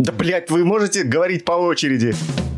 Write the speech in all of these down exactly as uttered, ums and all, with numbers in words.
Да, блядь, вы можете говорить по очереди?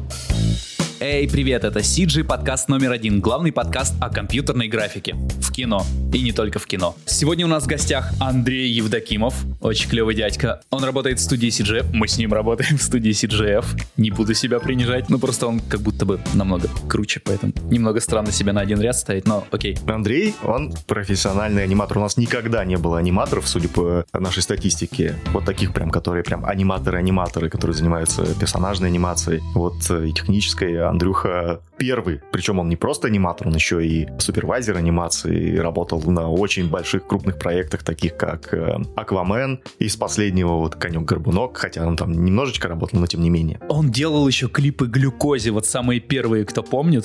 Эй, привет, это си джи, подкаст номер один, главный подкаст о компьютерной графике в кино, и не только в кино. Сегодня у нас в гостях Андрей Евдокимов, очень клевый дядька. Он работает в студии си джи, мы с ним работаем в студии си джи эф, не буду себя принижать, ну просто он как будто бы намного круче, поэтому немного странно себя на один ряд ставить, но окей. Андрей, он профессиональный аниматор, у нас никогда не было аниматоров, судя по нашей статистике, вот таких прям, которые прям аниматоры-аниматоры, которые занимаются персонажной анимацией, вот и технической. Андрюха первый, причем он не просто аниматор, он еще и супервайзер анимации, и работал на очень больших крупных проектах, таких как Аквамен, из последнего вот Конек-Горбунок, хотя он там немножечко работал, но тем не менее. Он делал еще клипы Глюкозе, вот самые первые, кто помнит.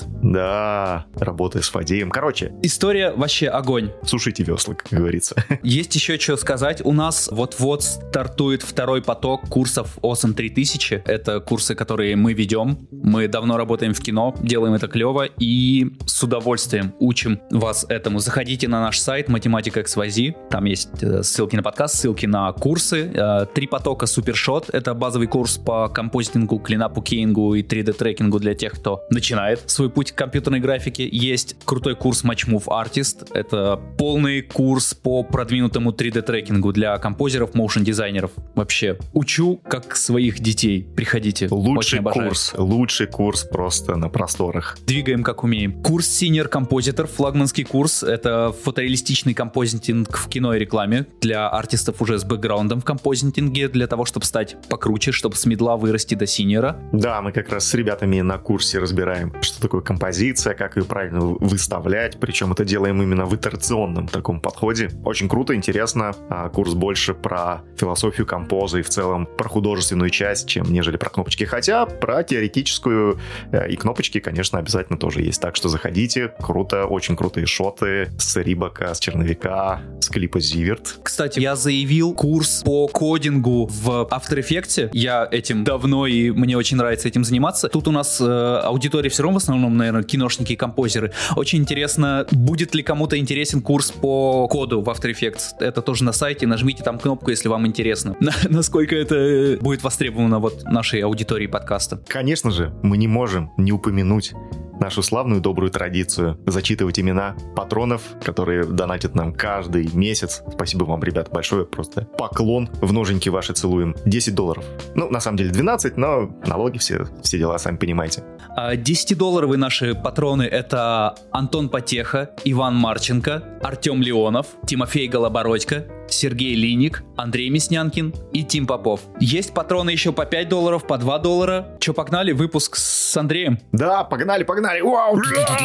Да, работая с Фадеем. Короче. История вообще огонь. Сушите весла, как говорится. Есть еще что сказать. У нас вот-вот стартует второй поток курсов Awesome три тысячи. Это курсы, которые мы ведем. Мы давно работаем в кино, делаем это клево и с удовольствием учим вас этому. Заходите на наш сайт Математика икс вай зет, там есть ссылки на подкаст, ссылки на курсы. Три потока Супершот, это базовый курс по композитингу, клинапу, кейингу и три дэ-трекингу для тех, кто начинает свой путь к компьютерной графике. Есть крутой курс Matchmove Artist, это полный курс по продвинутому три дэ-трекингу для композеров, моушн-дизайнеров. Вообще, учу как своих детей. Приходите. Лучший курс, лучший курс просто на просторах. Двигаем как умеем. Курс Senior Compositor, флагманский курс. Это фотореалистичный композитинг в кино и рекламе для артистов уже с бэкграундом в композитинге, для того, чтобы стать покруче, чтобы с мидла вырасти до синьора. Да, мы как раз с ребятами на курсе разбираем, что такое композиция, как ее правильно выставлять, причем это делаем именно в итерационном таком подходе. Очень круто, интересно. Курс больше про философию композа и в целом про художественную часть, чем нежели про кнопочки. Хотя про теоретическую и кнопочки, конечно, обязательно тоже есть. Так что заходите. Круто, очень крутые шоты с Рибака, с черновика, с клипа Зиверт. Кстати, я заявил курс по кодингу в After Effects. Я этим давно, и мне очень нравится этим заниматься. Тут у нас э, аудитория все равно в основном, наверное, киношники и композеры. Очень интересно, будет ли кому-то интересен курс по коду в After Effects. Это тоже на сайте. Нажмите там кнопку, если вам интересно. Насколько это будет востребовано вот нашей аудитории подкаста. Конечно же, мы не можем не упомянуть нашу славную добрую традицию зачитывать имена патронов, которые донатят нам каждый месяц. Спасибо вам, ребят, большое, просто поклон в ноженьки ваши целуем. десять долларов. Ну, на самом деле двенадцать, но налоги, все, все дела, сами понимаете. десятидолларовые наши патроны — это Антон Потеха, Иван Марченко, Артем Леонов, Тимофей Голобородько, Сергей Линик, Андрей Мяснянкин и Тим Попов. Есть патроны еще по пять долларов, по два доллара. Че, погнали? Выпуск с Андреем? Да, погнали, погнали! Вау!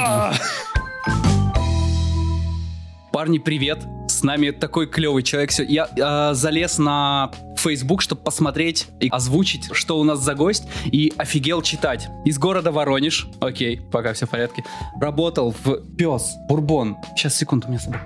Парни, привет! С нами такой клевый человек. Я э, залез на Facebook, чтобы посмотреть и озвучить, что у нас за гость, и офигел читать. Из города Воронеж. Окей, пока все в порядке. Работал в Пес, Бурбон. Сейчас, секунду, у меня собака.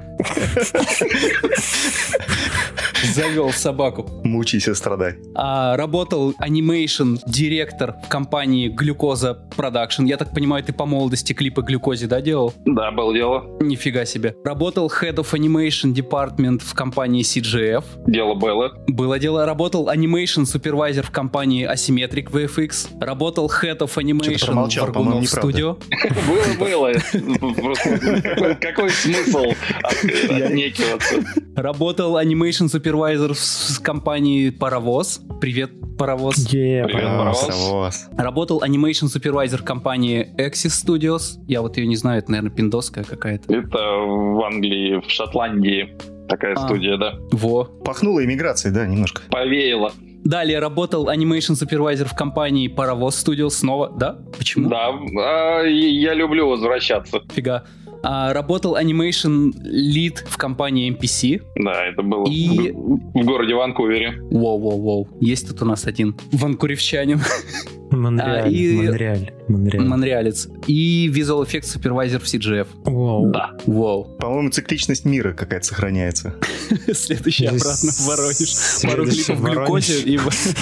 Завел собаку. Мучайся, страдай. А, работал анимейшн-директор в компании Глюкоза Продакшн. Я так понимаю, ты по молодости клипы Глюкозе, да, делал? Да, было дело. Нифига себе. Работал Head of Animation Department в компании си джи эф. Дело было. Было дело. Работал Animation Supervisor в компании Asymmetric ви эф икс. Работал Head of Animation в Аргунов Studio. Было, было. Какой смысл отнекиваться? Работал Animation Supervisor в компании Паровоз. Привет, Паровоз. Yeah, Привет, Паровоз. Паровоз. Работал Animation Supervisor в компании Axis Studios. Я вот ее не знаю, это, наверное, пиндосская какая-то. Это в Англии, в Шотландии такая а, студия, да. Во. Пахнуло иммиграцией, да, немножко. Повеяло. Далее работал Animation Supervisor в компании Паровоз Studios снова, да? Почему? Да, я люблю возвращаться. Фига. А, работал Animation Lead в компании эм пи си. Да, это было и... в, в городе Ванкувере. Воу-воу-воу. Есть тут у нас один ванкуверчанин. Монреаль, а, и... Монреаль. Монреаль. Монреалец. И Visual Effects Supervisor в си джи эф. Вау. Да. Вау. По-моему, цикличность мира какая-то сохраняется. Следующий обратно в Воронеж. Пару Следующий клипов в глюкозе. и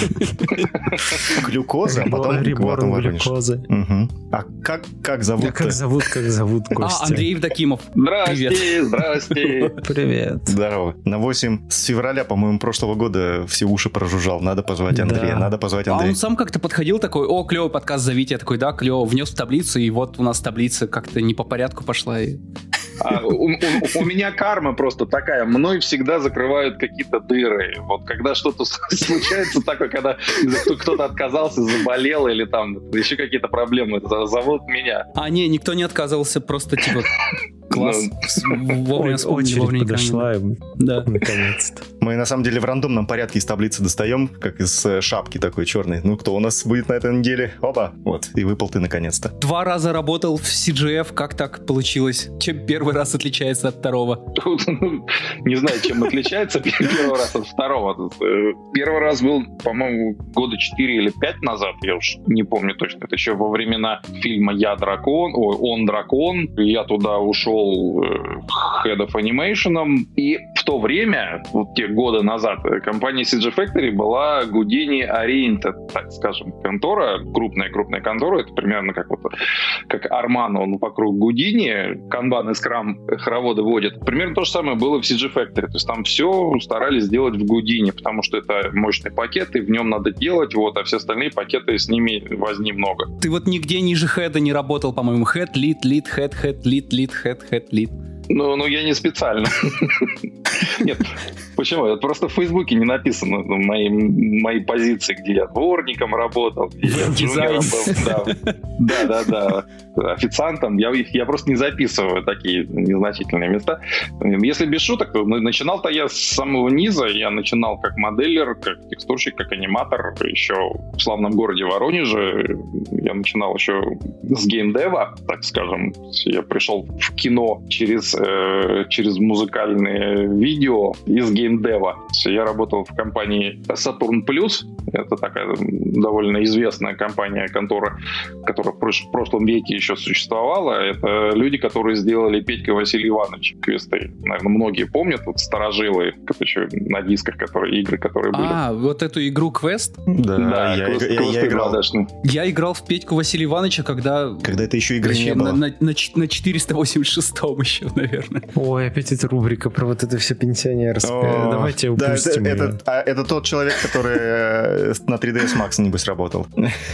в- Глюкоза, а потом Реборн, потом Воронеж. глюкозы. Мгм. А как, как Да зовут? как зовут, как зовут А, Костя? Андрей Евдокимов. Здрасте, Привет. здрасте. Привет. Здорово. На восемь с февраля, по-моему, прошлого года все уши прожужжал. Надо позвать Андрея, Да. надо позвать А Андрея. он сам как-то подходил такой: о, клевый подкаст, зовите. Я такой: да, клево. Внес в таблицу, и вот у нас таблица как-то не по порядку пошла. и- А, у, у- у меня карма просто такая. Мной всегда закрывают какие-то дыры. Вот когда что-то случается такое, когда кто- кто-то отказался, заболел или там еще какие-то проблемы, за- зовут меня. А, не, никто не отказывался, просто типа класс. Ну, Вовремя Ой, вспомнили, очередь вовремя подошла, и Да. наконец-то. Мы, на самом деле, в рандомном порядке из таблицы достаем, как из э, шапки такой черной. Ну, кто у нас будет на этой неделе? Опа! Вот, и выпал ты наконец-то. Два раза работал в си джи эф, как так получилось? Чем первый раз отличается от второго? Не знаю, чем отличается первый раз от второго. Первый раз был, по-моему, года четыре или пять назад, я уж не помню точно. Это еще во времена фильма «Я дракон», ой, «Он дракон». Я туда ушел э, Head of Animation. И в то время, вот те годы назад, компания си джи Factory была Houdini Oriented, так скажем, контора, крупная-крупная контора. Это примерно как вот как Арман, он вокруг Houdini, Kanban и Scrum хороводы водит. Примерно то же самое было в си джи Factory. То есть там все старались сделать в Houdini, потому что это мощный пакет, и в нем надо делать, вот, а все остальные пакеты, с ними возни много. Ты вот нигде ниже хеда не работал, по-моему. Head, lead, lead, head, head, lead, lead, head, head, lead. Ну, ну я не специально. Нет, почему? Это просто в Фейсбуке не написано ну, мои, мои позиции, где я дворником работал, где я Веб-дизайн. джуниором был. Да, да, да, да. Официантом. Я, их- я просто не записываю такие незначительные места. Если без шуток, то ну, начинал-то я с самого низа. Я начинал как моделлер, как текстурщик, как аниматор. Еще в славном городе Воронеже. Я начинал еще с геймдева, так скажем. Я пришел в кино через, э, через музыкальные видео из геймдева. Я работал в компании Saturn Plus. Это такая довольно известная компания, контора, которая в прош- в прошлом веке еще существовала. Это люди, которые сделали Петька Василий Иванович квесты. Наверное, многие помнят, вот старожилы, как еще на дисках, которые, игры, которые были. А, вот эту игру Quest? Да, Да, я, квест- я- я квесты играл. два дэ-шные. Я играл в Петьку Василия Ивановича, когда... Когда это еще игры Вообще, не было. на, на- на ч- на четыреста восемьдесят шестом еще, наверное. Ой, опять эта рубрика про вот это все пенсионерское. О, Давайте да, это, упустим её. это, а, это тот человек, который э, на три дэ эс Max, небось, работал.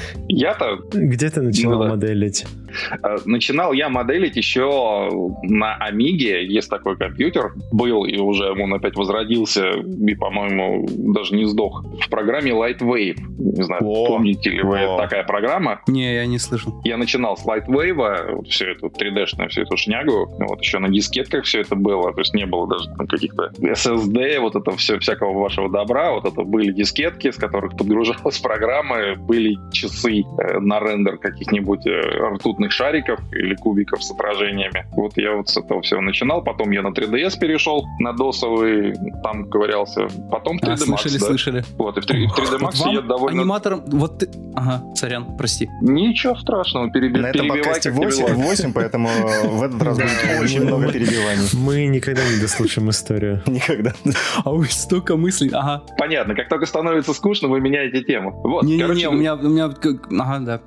Я-то Где ты начинал Ну да. моделить? э, начинал я моделить еще на Амиге. Есть такой компьютер. Был и уже он опять возродился и, по-моему, даже не сдох. В программе Lightwave. Не знаю, О, помните ли вы, о. такая программа. Не, я не слышал. Я начинал с Lightwave, вот всю эту три дэ-шную, всю эту шнягу, вот еще на дискетках все это было, то есть не было даже там каких-то эс эс ди, вот это все, всякого вашего добра, вот это были дискетки, с которых подгружалась программа, были часы э, на рендер каких-нибудь э, ртутных шариков или кубиков с отражениями. Вот я вот с этого всего начинал, потом я на три дэ эс перешел, на досовый, там ковырялся, потом три А, дэ Max, слышали, да. слышали. Вот, и в три дэ Вот Max вам, я довольно... аниматором... Вот ты... Ага, сорян, прости. Ничего страшного, переби... На этом перебивай, подкасте как тебе восемь, влазит. восемь, поэтому в этот раз будет очень много перебиваний. Мы никогда не дослушаем историю. Никогда. А ой, столько мыслей. Ага. Понятно, как только становится скучно, вы меняете тему. Вот, Не-не-не, короче, у меня... У меня... как- Ага, да.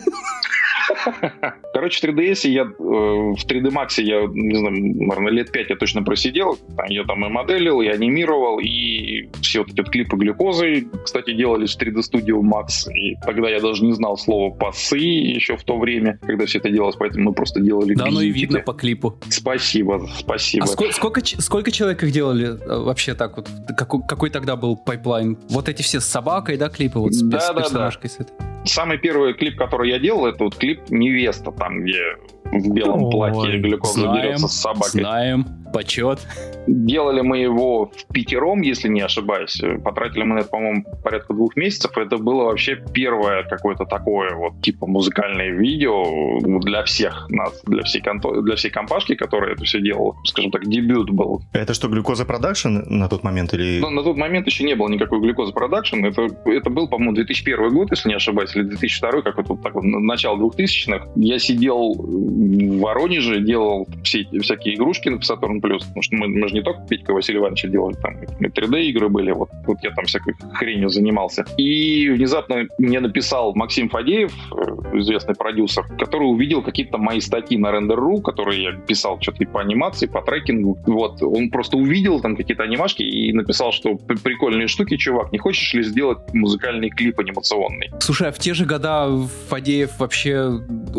короче, в три дэ эс я, э, в три дэ Max я, не знаю, наверное, лет пять я точно просидел. Я там и моделил, и анимировал, и все вот эти вот клипы глюкозы, кстати, делались в три дэ Studio Max. И тогда я даже не знал слова пасы еще в то время, когда все это делалось, поэтому мы просто делали Да, оно и бьютики. видно по клипу. Спасибо, спасибо. А сколько, сколько, ч- сколько человек их делали э, вообще так вот? Какой, какой тогда был пайплайн? Вот эти все с собакой, да, клипы? Вот с, Да, с да, да. персонажкой с этой? Самый первый клип, который я делал, это вот клип «Невеста», там, где в белом Ой, платье глюкоза знаем, берется с собакой. Знаем. Почет. Делали мы его в пятером, если не ошибаюсь. Потратили мы на это, по-моему, порядка двух месяцев. Это было вообще первое какое-то такое вот типа музыкальное видео для всех нас, для всей, конто... для всей компашки, которая это все делала. Скажем так, дебют был. Это что, Глюкоза Продакшн на тот момент? Или... Но на тот момент еще не было никакой Глюкоза Продакшн. Это, это был, по-моему, две тысячи первый год, если не ошибаюсь, или две тысячи второй, как вот так вот, начало двухтысячных. Я сидел в Воронеже, делал все эти всякие игрушки на Saturn Plus, потому что мы, мы же не только Петька Василий Иванович делали, там три дэ-игры были, вот, вот я там всякой хренью занимался. И внезапно мне написал Максим Фадеев, известный продюсер, который увидел какие-то мои статьи на Render точка ру, которые я писал что-то и по анимации, по трекингу. Вот, он просто увидел там какие-то анимашки и написал, что прикольные штуки, чувак, не хочешь ли сделать музыкальный клип анимационный? Слушай, а в те же года Фадеев вообще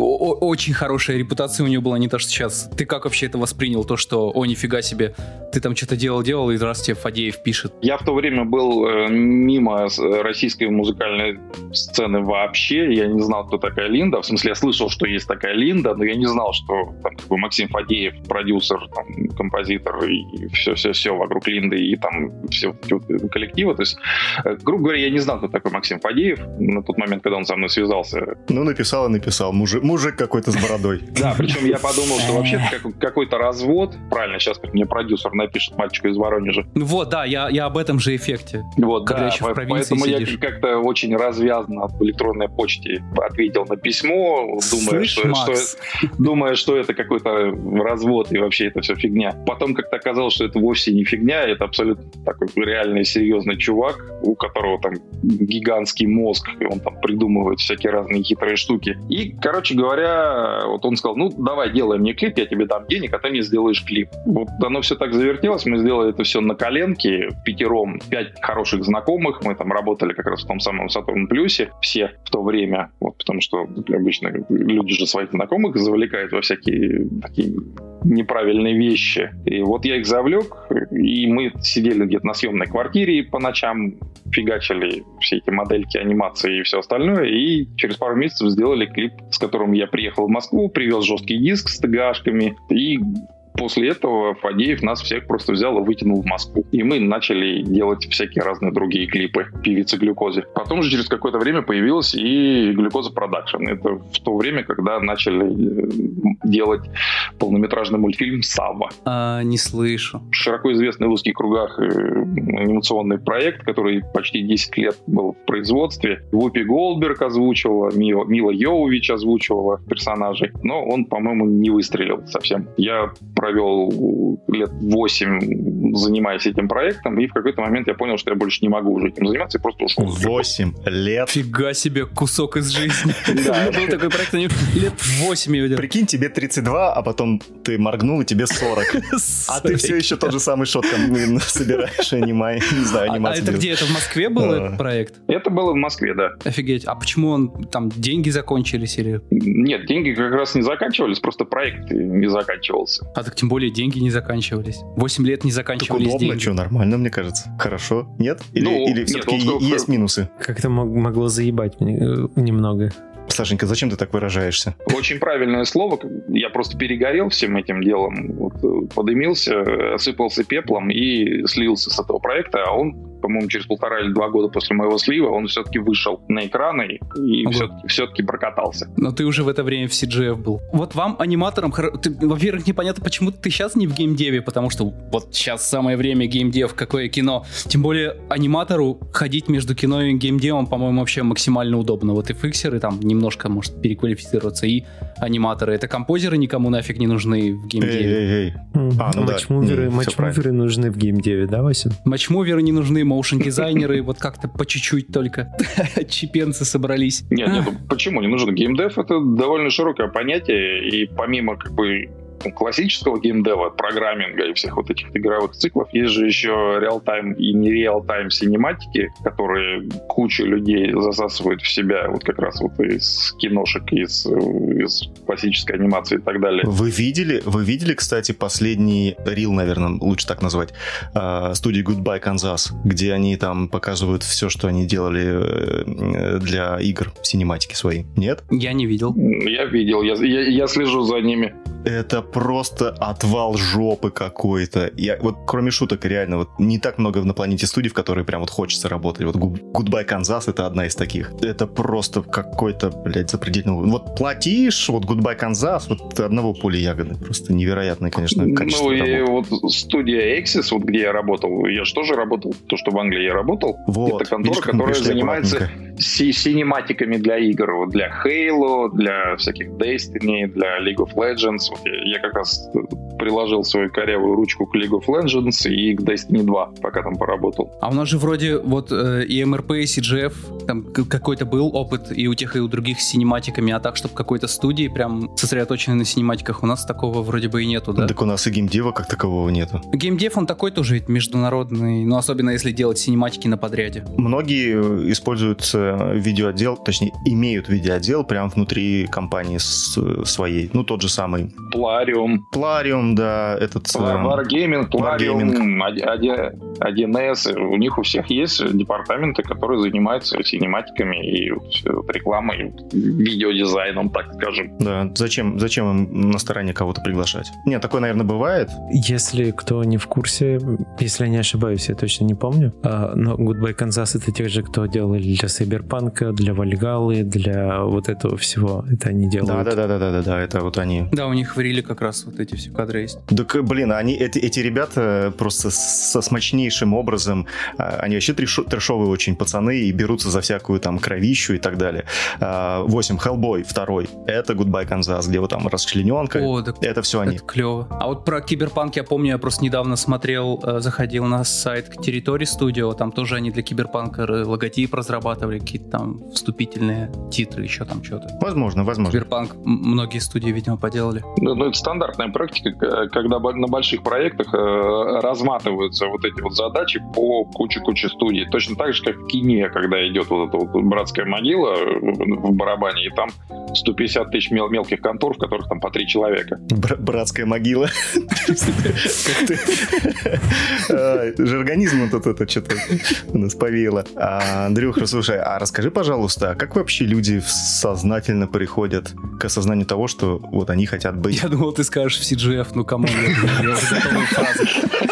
очень хорошая репутация у него была, не то что сейчас. Ты как вообще это воспринял, то, что, о, нифига себе, ты там что-то делал-делал, и раз тебе Фадеев пишет? Я в то время был э, мимо российской музыкальной сцены вообще, я не знал, кто такая Линда, в смысле, я слышал, что есть такая Линда, но я не знал, что там как бы Максим Фадеев, продюсер, там, композитор и все-все-все вокруг Линды и там все коллективы, то есть, э, грубо говоря, я не знал, кто такой Максим Фадеев на тот момент, когда он со мной связался. Ну, написал и написал, мужик, мужик какой-то с бородой. Да, причем я подумал, что вообще какой-то развод, правильно, сейчас как мне продюсер напишет, мальчика из Воронежа. Вот, да, я, я об этом же эффекте. Вот, когда да, еще в провинции поэтому сидишь. Я как-то очень развязно в электронной почте ответил на письмо, думая, Слышь, что, что, думая, что это какой-то развод и вообще это все фигня. Потом как-то оказалось, что это вовсе не фигня, это абсолютно такой реальный серьезный чувак, у которого там гигантский мозг, и он там придумывает всякие разные хитрые штуки. И, короче говоря, вот он сказал, ну, давай, делай мне клип, я тебе дам денег, а ты мне сделаешь клип. Вот оно все так завертелось, мы сделали это все на коленке, пятером, пять хороших знакомых, мы там работали как раз в том самом Saturn Plus, все в то время, вот, потому что обычно люди же своих знакомых завлекают во всякие такие неправильные вещи. И вот я их завлек, и мы сидели где-то на съемной квартире по ночам, фигачили все эти модельки, анимации и все остальное, и через пару месяцев сделали клип, с которым я приехал в Москву, привез жесткий диск с тэ гэ ашками, и после этого Фадеев нас всех просто взял и вытянул в Москву. И мы начали делать всякие разные другие клипы певицы Глюкозы. Потом же через какое-то время появилась и Глюкоза Продакшн. Это в то время, когда начали делать полнометражный мультфильм «Савва». А, не слышу. Широко известный в узких кругах анимационный проект, который почти десять лет был в производстве. Вупи Голдберг озвучивала, Мила, Мила Йовович озвучивала персонажей. Но он, по-моему, не выстрелил совсем. Я провел лет восемь, занимаясь этим проектом, и в какой-то момент я понял, что я больше не могу уже этим заниматься, и просто ушел. восемь лет? Фига себе, кусок из жизни. Да. Был такой проект, они лет восемь я Прикинь, тебе тридцать два, а потом ты моргнул, и тебе сорок. А ты все еще тот же самый шот там собираешь, анимай, не знаю, А анимацию. это где? Это в Москве был этот проект? Это было в Москве, да. Офигеть. А почему он там деньги закончились или... Нет, деньги как раз не заканчивались, просто проект не заканчивался. А так тем более деньги не заканчивались. восемь лет не Так заканчивались удобно, деньги. что, нормально, мне кажется. Хорошо? Нет? Или, Ну, или нет, все-таки он сказал, есть что- минусы? Как-то мог- могло заебать мне, э, немного. Сашенька, зачем ты так выражаешься? Очень правильное слово. Я просто перегорел всем этим делом. Вот, подымился, осыпался пеплом и слился с этого проекта. А он, по-моему, через полтора или два года после моего слива, он все-таки вышел на экраны и Ого. все-таки, все-таки прокатался. Но ты уже в это время в си джи эф был. Вот вам, аниматорам, хоро- ты, во-первых, непонятно, почему ты сейчас не в геймдеве, потому что вот сейчас самое время геймдев, какое кино. Тем более аниматору ходить между кино и геймдевом, по-моему, вообще максимально удобно. Вот и фиксеры там немножко, может, переквалифицироваться, и аниматоры. Это композеры никому нафиг не нужны в геймдеве. Эй, эй, эй. А, ну да. матчмуверы, Не, всё матчмуверы нужны в геймдеве, да, Вася? Матчмуверы не нужны, моушн-дизайнеры, вот как-то по чуть-чуть только. Чипенцы собрались. Нет, нет, ну почему не нужен? Геймдев — это довольно широкое понятие, и помимо как бы классического геймдева, программинга и всех вот этих игровых циклов, есть же еще реал-тайм и не реал-тайм синематики, которые куча людей засасывают в себя вот как раз вот из киношек, из, из классической анимации и так далее. Вы видели, вы видели, кстати, последний рил, наверное, лучше так назвать, э, студии Goodbye Kansas, где они там показывают все, что они делали э, для игр, синематики свои? Нет? Я не видел. Я видел, я, я, я слежу за ними. это просто отвал жопы какой-то. Я, вот кроме шуток, реально, вот не так много на планете студий, в которые прям вот хочется работать. Вот Goodbye Kansas — это одна из таких. Это просто какой-то, блядь, запредельный... Вот платишь, вот Goodbye Kansas, вот одного поля ягоды. Просто невероятное, конечно, качество. Ну и работы. вот студия Axis, вот где я работал, я же тоже работал, то, что в Англии я работал. Вот. Это контора, Видишь, которая занимается си- синематиками для игр. Вот для Halo, для всяких Destiny, для League of Legends. Вот я, я как раз приложил свою корявую ручку к League of Legends и к Destiny два, пока там поработал. А у нас же вроде вот э, и эм эр пи, и си джи эф, там к- какой-то был опыт и у тех, и у других с синематиками, а так, чтобы какой-то студии прям сосредоточенной на синематиках, у нас такого вроде бы и нету, да? Так у нас и геймдева как такового нету. Геймдев, он такой тоже ведь международный, ну, особенно если делать синематики на подряде. Многие используют э, видеоотдел, точнее, имеют видеоотдел прямо внутри компании с, своей. Ну, тот же самый. Plarium. Plarium, да, этот... э, Wargaming, Plarium, Wargaming. один эс. У них у всех есть департаменты, которые занимаются синематиками и рекламой, видеодизайном, так скажем. Да, зачем, зачем им на стороне кого-то приглашать? Нет, такое, наверное, бывает. Если кто не в курсе, если я не ошибаюсь, я точно не помню, а, но Goodbye Kansas — это те же, кто делали для Сайберпанка, для Вальгаллы, для вот этого всего. Это они делают. Да-да-да-да-да, это вот они. Да, у них в риле как раз вот эти все кадры есть. Так, блин, они, эти, эти ребята просто со смачнейшим образом, они вообще трешо, трешовые очень пацаны и берутся за всякую там кровищу и так далее. восемь. Hellboy второй. Это Goodbye Kansas, где вот там расчлененка. О, так это все они. Это клево. А вот про Киберпанк я помню, я просто недавно смотрел, заходил на сайт Territory Studio, там тоже они для Киберпанка логотип разрабатывали, какие-то там вступительные титры, еще там что-то. Возможно, возможно. Киберпанк многие студии, видимо, поделали. Ну, ну, это стандартная практика, когда на больших проектах э, разматываются вот эти вот задачи по куче-куче студий. Точно так же, как в кине, когда идет вот эта вот братская могила в барабане, и там сто пятьдесят тысяч мел- мелких контор, в которых там по три человека. Бр- братская могила. Жаргонизм вот это что-то у нас повеяло. Андрюха, слушай, а расскажи, пожалуйста, как вообще люди сознательно приходят к осознанию того, что вот они хотят быть... Я думал, ты скажешь в си джи эф, ну камон, я уже готовую фразу.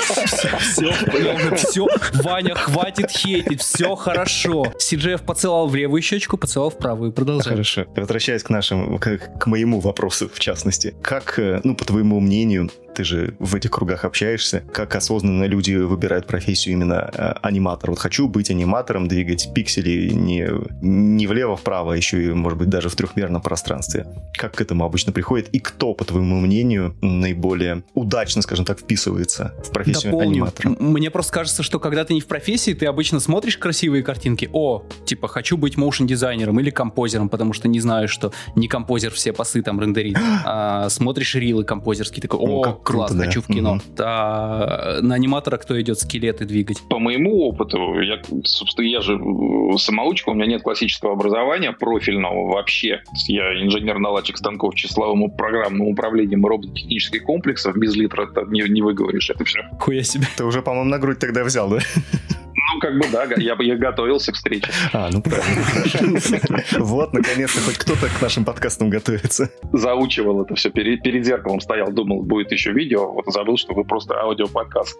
Все, все, все, Ваня, хватит хейтить, все хорошо. си джи эф поцеловал в левую щечку, поцеловал в правую, продолжай. Хорошо. Возвращаясь к нашему, к, к моему вопросу, в частности. Как, ну, по твоему мнению, ты же в этих кругах общаешься, как осознанно люди выбирают профессию именно э, аниматор? Вот хочу быть аниматором, двигать пиксели не, не влево-вправо, а еще и, может быть, даже в трехмерном пространстве. Как к этому обычно приходит? И кто, по твоему мнению, наиболее удачно, скажем так, вписывается в профессию Дополню. аниматора? Мне просто кажется, что когда ты не в профессии, ты обычно смотришь красивые картинки, о, типа, хочу быть моушн-дизайнером или композером, потому что не знаю, что не композер все пасы там рендерит, а смотришь рилы композерские, такой, о, о круто, класс, да. Хочу в кино. Угу. А на аниматора кто идет скелеты двигать? По моему опыту, я, собственно, я же самоучка, у меня нет классического образования профильного вообще. Я инженер-наладчик станков числовым программным управлением робототехнических комплексов, без литра не, не выговоришь это все. Хуя себе. Ты уже, по-моему, на грудь тогда взял, да? Ну, как бы, да, я, я готовился к встрече. А, ну правильно. Вот, наконец-то хоть кто-то к нашим подкастам готовится. Заучивал это все, перед, перед зеркалом стоял, думал, будет еще видео, вот забыл, что вы просто аудиоподкаст.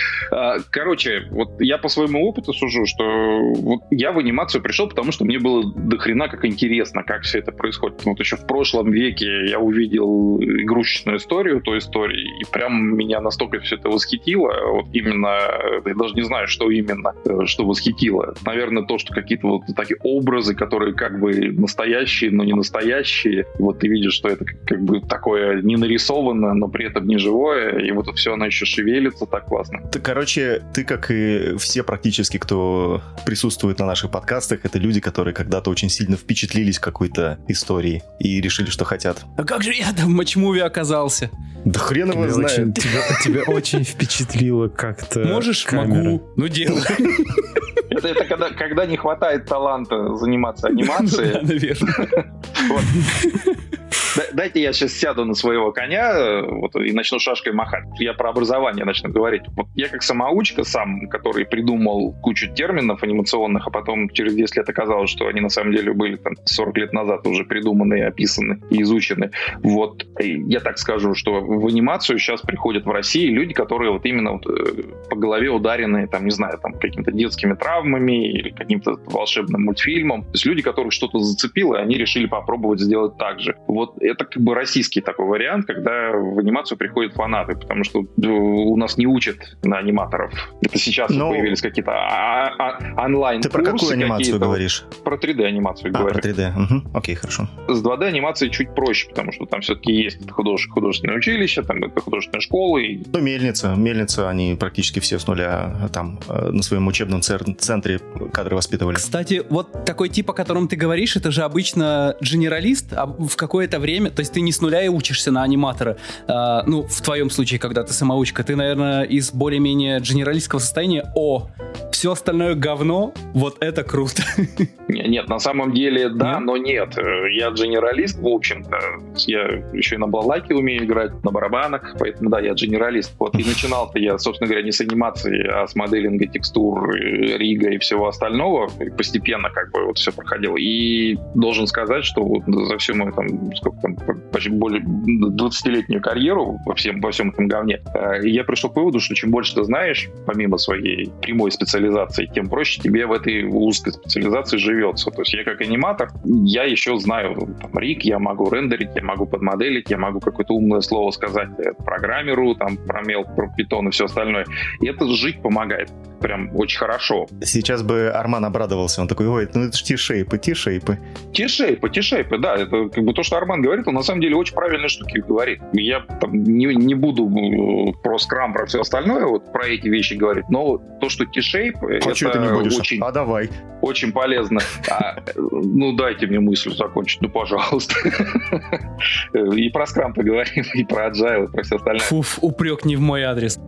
Короче, вот я по своему опыту сужу, что вот я в анимацию пришел, потому что мне было дохрена как интересно, как все это происходит. Вот еще в прошлом веке я увидел игрушечную историю той истории, и прям меня настолько все это восхитило, вот именно, я даже не знаю, что именно, что восхитило. Наверное, то, что какие-то вот такие образы, которые как бы настоящие, но не настоящие. И вот ты видишь, что это как бы такое не нарисованное, но при этом не живое. И вот все оно еще шевелится так классно. Ты, короче, ты, как и все практически, кто присутствует на наших подкастах, это люди, которые когда-то очень сильно впечатлились какой-то историей и решили, что хотят. А как же я там в матч-муви оказался? Да хрен его знает. Тебя, тебя очень впечатлило как-то. Можешь? камера. Могу. Ну, делай. Это, это когда, когда не хватает таланта заниматься анимацией. Да, наверное. дайте я сейчас сяду на своего коня вот, и начну шашкой махать. Я про образование начну говорить. Вот я как самоучка сам, который придумал кучу терминов анимационных, а потом через десять лет оказалось, что они на самом деле были там сорок лет назад уже придуманы, описаны и изучены. Вот я так скажу, что в анимацию сейчас приходят в России люди, которые вот именно вот по голове ударены, там, не знаю, там, какими-то детскими травмами или каким-то волшебным мультфильмом. То есть люди, которых что-то зацепило, и они решили попробовать сделать так же. Вот это как бы российский такой вариант, когда в анимацию приходят фанаты, потому что у нас не учат на аниматоров. Это сейчас Но... появились какие-то онлайн-курсы. Ты про какую анимацию говоришь? Про три дэ-анимацию а, говорю. про три дэ. Угу. Окей, хорошо. С два дэ-анимацией чуть проще, потому что там все-таки есть худож... художественное училище, там это художественная школа. И... Ну, мельница. Мельница, они практически все с нуля там на своем учебном центре кадры воспитывали. Кстати, вот такой тип, о котором ты говоришь, это же обычно генералист, а в какое-то время, то есть ты не с нуля и учишься на аниматора. А, ну, в твоем случае, когда ты самоучка, ты, наверное, из более-менее генералистского состояния, о, все остальное говно, вот это круто. Нет, на самом деле, да, нет? но нет. Я генералист, в общем-то. Я еще и на балалайке умею играть, на барабанах, поэтому, да, я генералист. Вот, и начинал-то я, собственно говоря, не с анимации, а с моделинга, текстур, рига и всего остального. И постепенно как бы вот все проходило. И должен сказать, что вот за всю мою там, сколько там, почти более двадцатилетнюю карьеру во всем, во всем этом говне, я пришел к выводу, что чем больше ты знаешь, помимо своей прямой специализации, тем проще тебе в этой узкой специализации живется. То есть я как аниматор, я еще знаю там, риг, я могу рендерить, я могу подмоделить, я могу какое-то умное слово сказать программеру, там, про мел, про питон и все остальное. И это жить помогает. Прям очень хорошо. Сейчас бы Арман обрадовался. Он такой, ой, ну это же ти-шейпы, ти-шейпы. Ти-шейпы, ти-шейпы, да. Это как бы то, что Арман говорит, он на самом деле очень правильные штуки говорит. Я там, не, не буду про скрам, про все остальное, вот про эти вещи говорить, но то, что ти-шейп, Хочу это ты не будешь. очень, а давай. очень полезно. А, ну, дайте мне мысль закончить, ну, пожалуйста. И про скрам поговорим, и про agile, и про все остальное. Фуф, упрек не в мой адрес.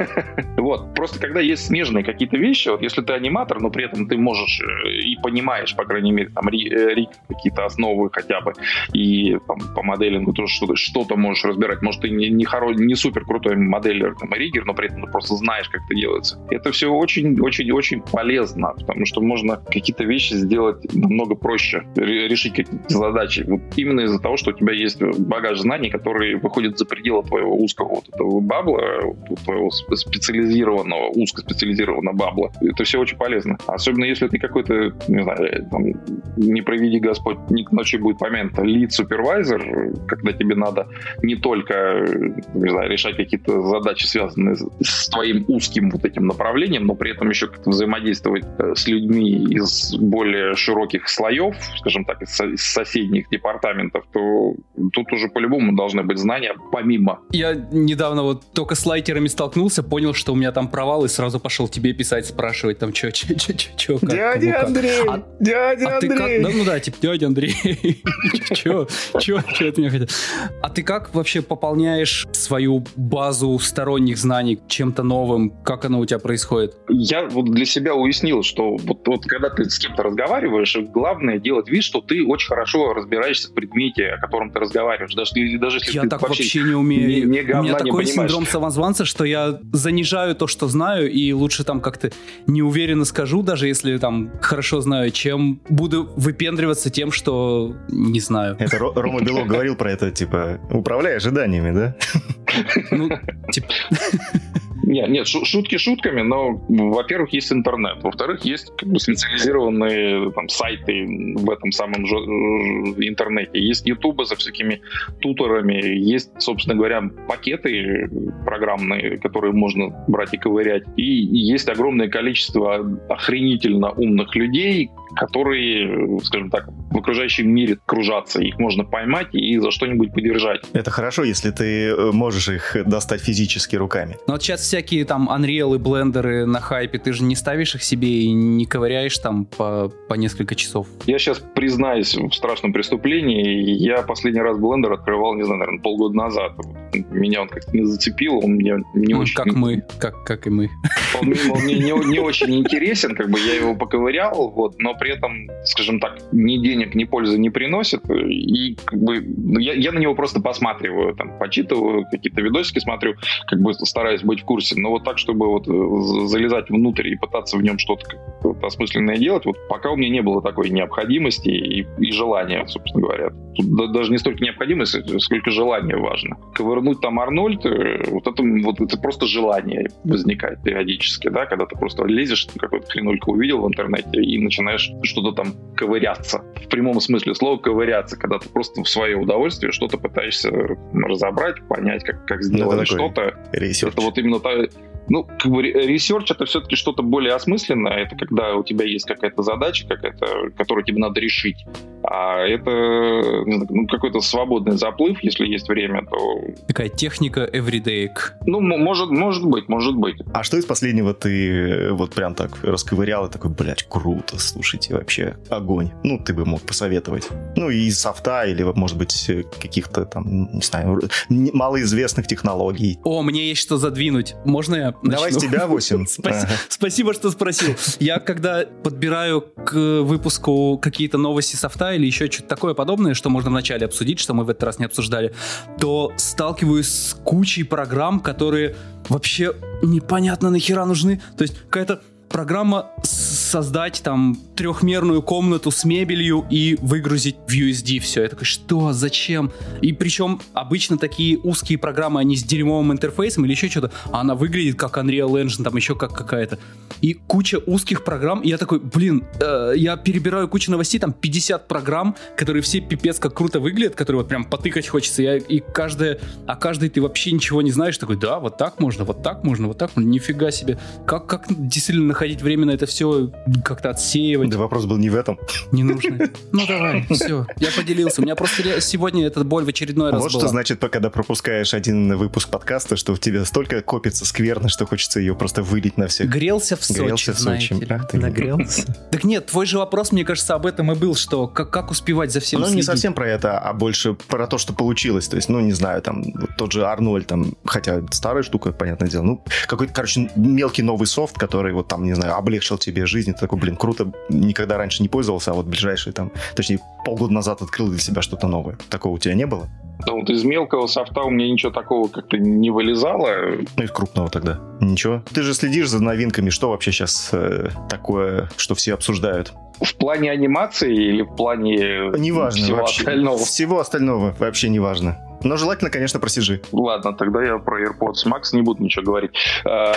Вот, просто когда есть смежные какие-то вещи, вот если ты аниматор, но при этом ты можешь и понимаешь, по крайней мере, там, риг, какие-то основы хотя бы, и там, по моделингу тоже что-то, что-то можешь разбирать. Может, ты не, не, хоро, не супер крутой моделер, там, риггер, но при этом ты просто знаешь, как это делается. Это все очень-очень-очень полезно, потому что можно какие-то вещи сделать намного проще, решить какие-то задачи. Вот именно из-за того, что у тебя есть багаж знаний, который выходит за пределы твоего узкого вот этого бабла, твоего специализированного, узкоспециализированного бабла. Это все очень полезно. Особенно если ты какой-то, не знаю, там, не проведи Господь, ночью будет помянут, лид-супервайзер, когда тебе надо не только, не знаю, решать какие-то задачи, связанные с твоим узким вот этим направлением, но при этом еще как-то взаимодействовать с людьми из более широких слоев, скажем так, из, из соседних департаментов, то тут уже по-любому должны быть знания помимо. Я недавно вот только с лайтерами столкнулся, понял, что у меня там провал, и сразу пошел тебе писать, спрашивать там, что, что, что, что, как, дядя кому, Андрей, как. А, дядя а Андрей. Ты как? Да, ну да, типа, дядя Андрей, что, что, что ты мне хотел? А ты как вообще пополняешь свою базу сторонних знаний чем-то новым? Как оно у тебя происходит? Я вот для себя уяснил, что вот, вот когда ты с кем-то разговариваешь, главное делать вид, что ты очень хорошо разбираешься в предмете, о котором ты разговариваешь. Даже, даже если я ты так вообще, вообще не умею. Не, не говна, у меня не такой понимаешь. синдром самозванца, что я занижаю то, что знаю, и лучше там как-то неуверенно скажу, даже если там хорошо знаю, чем буду выпендриваться тем, что не знаю. Это Рома Белов говорил про это, типа, управляй ожиданиями, да? Ну, типа... Нет, нет, шутки шутками, но, во-первых, есть интернет, во-вторых, есть как бы специализированные там, сайты в этом самом же интернете, есть ютубы со всякими туторами, есть, собственно говоря, пакеты программные, которые можно брать и ковырять, и есть огромное количество охренительно умных людей, которые, скажем так, в окружающем мире кружатся, их можно поймать и за что-нибудь подержать. Это хорошо, если ты можешь их достать физически руками. Но вот сейчас всякие там Unreal и блендеры на хайпе, ты же не ставишь их себе и не ковыряешь там по, по несколько часов. Я сейчас признаюсь в страшном преступлении. Я последний раз блендер открывал, не знаю, наверное, полгода назад. Меня он как-то не зацепил, он мне не ну, очень... Как мы, как, как и мы. Он, он мне не, не очень интересен, как бы я его поковырял, вот, но при этом, скажем так, ни денег, ни пользы не приносит, и как бы я, я на него просто посматриваю, там, почитываю, какие-то видосики смотрю, как бы стараюсь быть в курсе, но вот так, чтобы вот залезать внутрь и пытаться в нем что-то как-то осмысленное делать, вот пока у меня не было такой необходимости и, и желания, собственно говоря. Тут даже не столько необходимости, сколько желание важно. Ковырнуть там Арнольд, вот это, вот это просто желание возникает периодически, да, когда ты просто лезешь, какую-то хренульку увидел в интернете и начинаешь что-то там ковыряться. В прямом смысле слова ковыряться, когда ты просто в свое удовольствие что-то пытаешься разобрать, понять, как, как сделать что-то. Ресерч. Это вот именно та... Ну, как бы ресерч — это все-таки что-то более осмысленное. Это когда у тебя есть какая-то задача, какая-то, которую тебе надо решить. А это ну, какой-то свободный заплыв, если есть время, то... Такая техника everyday. Ну, может, может быть, может быть. А что из последнего ты вот прям так расковырял и такой, блядь, круто, слушайте, вообще огонь. Ну, ты бы мог посоветовать. Ну, и из софта или, может быть, каких-то там, не знаю, малоизвестных технологий. О, мне есть что задвинуть. Можно я начну? Давай с тебя восемь. Спасибо, что спросил. Я когда подбираю к выпуску какие-то новости софта или еще что-то такое подобное, что можно вначале обсудить, что мы в этот раз не обсуждали, то сталкиваюсь с кучей программ, которые вообще непонятно нахера нужны. То есть какая-то программа создать там трехмерную комнату с мебелью и выгрузить в ю эс ди все. Я такой, что, зачем? И причем обычно такие узкие программы, они с дерьмовым интерфейсом или еще что-то, а она выглядит как Unreal Engine, там еще как какая-то. И куча узких программ, и я такой, блин, э, я перебираю кучу новостей, там пятьдесят программ, которые все пипец как круто выглядят, которые вот прям потыкать хочется, я, и каждая, а каждой ты вообще ничего не знаешь, такой, да, вот так можно, вот так можно, вот так можно, нифига себе. Как, как действительно находить время на это все, как-то отсеивать? Да вопрос был не в этом. Не нужно. Ну давай, все, я поделился. У меня просто сегодня эта боль в очередной раз Вот была. что значит, когда пропускаешь один выпуск подкаста, что у тебя столько копится скверно, что хочется ее просто вылить на всех. Грелся в Сочи, Грелся в Сочи. знаете ли. Нагрелся? Так нет, твой же вопрос, мне кажется, об этом и был, что как, как успевать за всем Ну, следить. не совсем про это, а больше про то, что получилось. То есть, ну, не знаю, там, вот тот же Арнольд, там, хотя старая штука, понятное дело, ну, какой-то, короче, мелкий новый софт, который вот там, не знаю, облегчил тебе жизнь. Ты такой, блин, круто, никогда раньше не пользовался, а вот ближайшие там, точнее, полгода назад открыл для себя что-то новое. Такого у тебя не было? Ну, вот из мелкого софта у меня ничего такого как-то не вылезало. Ну, из крупного тогда. Ничего. Ты же следишь за новинками, что вообще сейчас э, такое, что все обсуждают? В плане анимации или в плане Неважно всего вообще. остального? Всего остального вообще не важно. Но желательно, конечно, про си джи. Ладно, тогда я про AirPods Max не буду ничего говорить. Да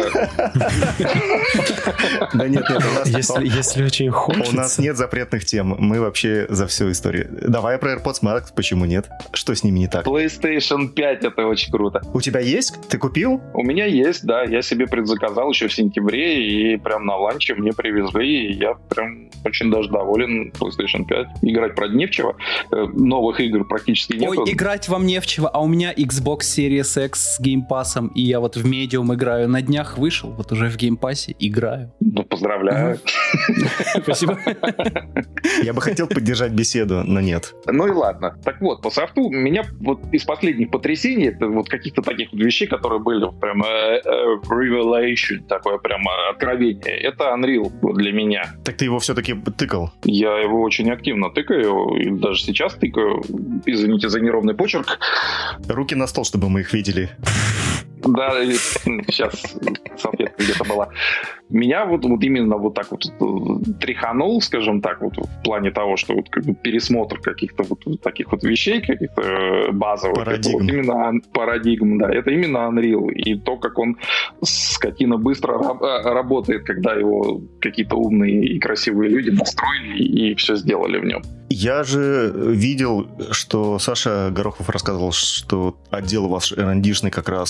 нет, нет, у нас... Если очень хочется. У нас нет запретных тем. Мы вообще за всю историю. Давай про AirPods Max, почему нет? Что с ними не так? PlayStation пять — это очень круто. У тебя есть? Ты купил? У меня есть, да. Я себе предзаказал еще в сентябре, и прям на ланче мне привезли, и я прям очень даже доволен PlayStation пять. Играть, правда, не в чего. Новых игр практически нет. Ой, играть вам не в чего, а у меня Xbox Series X с геймпассом, и я вот в Medium играю. На днях вышел, вот уже в геймпассе играю. Ну, поздравляю. Спасибо. Я бы хотел поддержать беседу, но нет. Ну и ладно. Так вот, по софту меня вот из последних потрясений, это вот каких-то таких вот вещей, которые были прям э, э, revelation, такое прям откровение, это Unreal для меня. Так ты его все-таки тыкал? Я его очень активно тыкаю, и даже сейчас тыкаю. Извините за неровный почерк. Руки на стол, чтобы мы их видели. Да, сейчас салфетка где-то была. Меня вот, вот именно вот так вот тряханул, скажем так, вот в плане того, что вот как бы пересмотр каких-то вот таких вот вещей, каких-то базовых. Парадигм. Вот именно парадигм, да. Это именно Unreal. И то, как он, скотина, быстро раб- работает, когда его какие-то умные и красивые люди настроили и все сделали в нем. Я же видел, что Саша Горохов рассказывал, что отдел у вас эр энд ди-шный как раз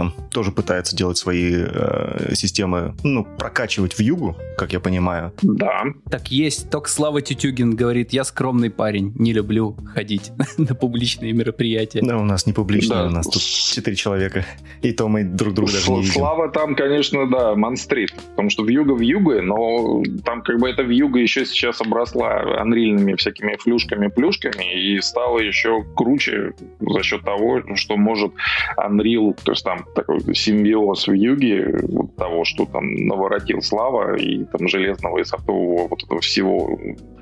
что тоже пытается делать свои э, системы, ну, прокачивать в Вьюгу, как я понимаю. Да. Так есть. Только Слава Тютюгин говорит, я скромный парень, не люблю ходить на публичные мероприятия. Да, у нас не публичные, Да. у нас тут четыре человека. И то мы друг друга даже не видим. Слава там, конечно, да, монстрит. Потому что вьюга вьюга, но там как бы эта вьюга еще сейчас обросла анрильными всякими флюшками-плюшками и стала еще круче за счет того, что может Unreal, то есть там такой симбиоз вьюги, вот того, что там наворотил Слава, и там железного и софтового вот этого всего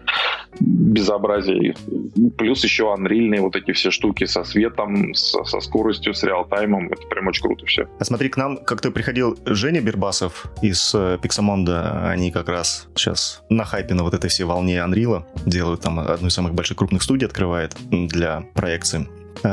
безобразия. Плюс еще анрильные вот эти все штуки со светом, со, со скоростью, с реалтаймом. Это прям очень круто все. А смотри, к нам как-то приходил Женя Бербасов из э, Pixamondo. Они как раз сейчас на хайпе на вот этой всей волне Unreal делают там одну из самых больших крупных студий, открывает для проекции.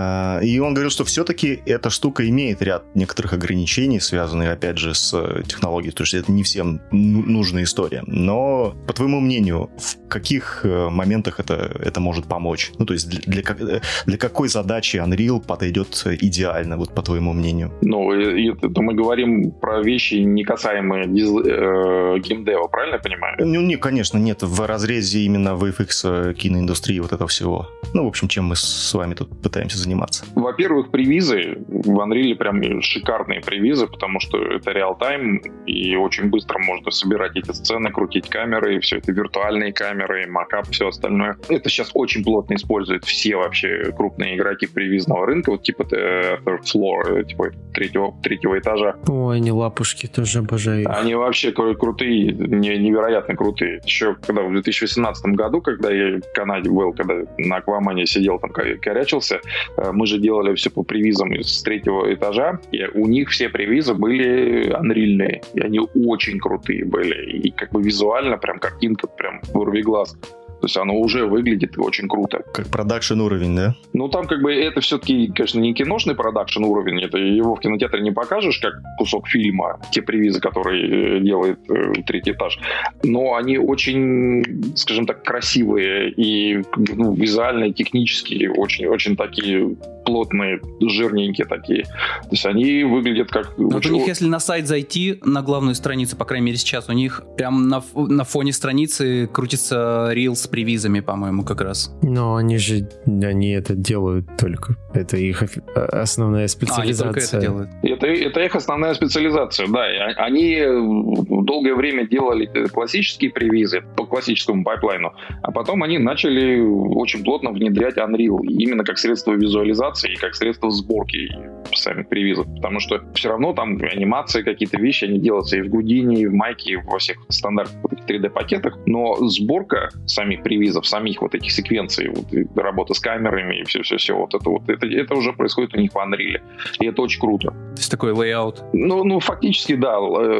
И он говорил, что все-таки эта штука имеет ряд некоторых ограничений, связанных, опять же, с технологией. То есть это не всем нужная история. Но, по твоему мнению, в каких моментах это, это может помочь? Ну, то есть для, для, для какой задачи Unreal подойдет идеально, вот по твоему мнению? Ну, это мы говорим про вещи, не касаемые диз, э, геймдева, правильно я понимаю? Ну, не, конечно, нет. В разрезе именно ви эф экс киноиндустрии вот этого всего. Ну, в общем, чем мы с вами тут пытаемся заниматься. Во-первых, превизы. В Unreal прям шикарные превизы, потому что это реал-тайм, и очень быстро можно собирать эти сцены, крутить камеры, и все это виртуальные камеры, макап, все остальное. Это сейчас очень плотно используют все вообще крупные игроки превизного рынка, вот типа Third Floor, типа третьего, третьего этажа. Ой, они лапушки тоже обожаю. Они вообще крутые, невероятно крутые. Еще когда в две тысячи восемнадцатом году, когда я в Канаде был, когда на Аквамане сидел, там корячился, мы же делали все по превизам с третьего этажа, и у них все превизы были анрильные, и они очень крутые были, и как бы визуально прям картинка прям вырви глаз. То есть оно уже выглядит очень круто. Как продакшн уровень, да? Ну, там как бы это все-таки, конечно, не киношный продакшн уровень, это его в кинотеатре не покажешь, как кусок фильма, те превизы, которые делает э, третий этаж. Но они очень, скажем так, красивые и ну, визуально, и технически очень, очень такие плотные, жирненькие такие. То есть они выглядят как... Вот очень... у них, если на сайт зайти, на главную страницу, по крайней мере сейчас, у них прям на, на фоне страницы крутится рил с превизами, по-моему, как раз. Но они же, они это делают только. Это их основная специализация. А, они только это делают. Это, это их основная специализация, да. И они долгое время делали классические превизы по классическому пайплайну, а потом они начали очень плотно внедрять Unreal именно как средство визуализации и как средство сборки самих превизов, потому что все равно там анимации, какие-то вещи, они делаются и в Houdini, и в Майке, и во всех стандартных вот этих три дэ-пакетах, но сборка самих превизов, самих вот этих секвенций, вот, работа с камерами и все-все-все, вот это вот, это, это уже происходит у них в Unreal, и это очень круто. То есть такой лейаут? Ну, ну фактически, да,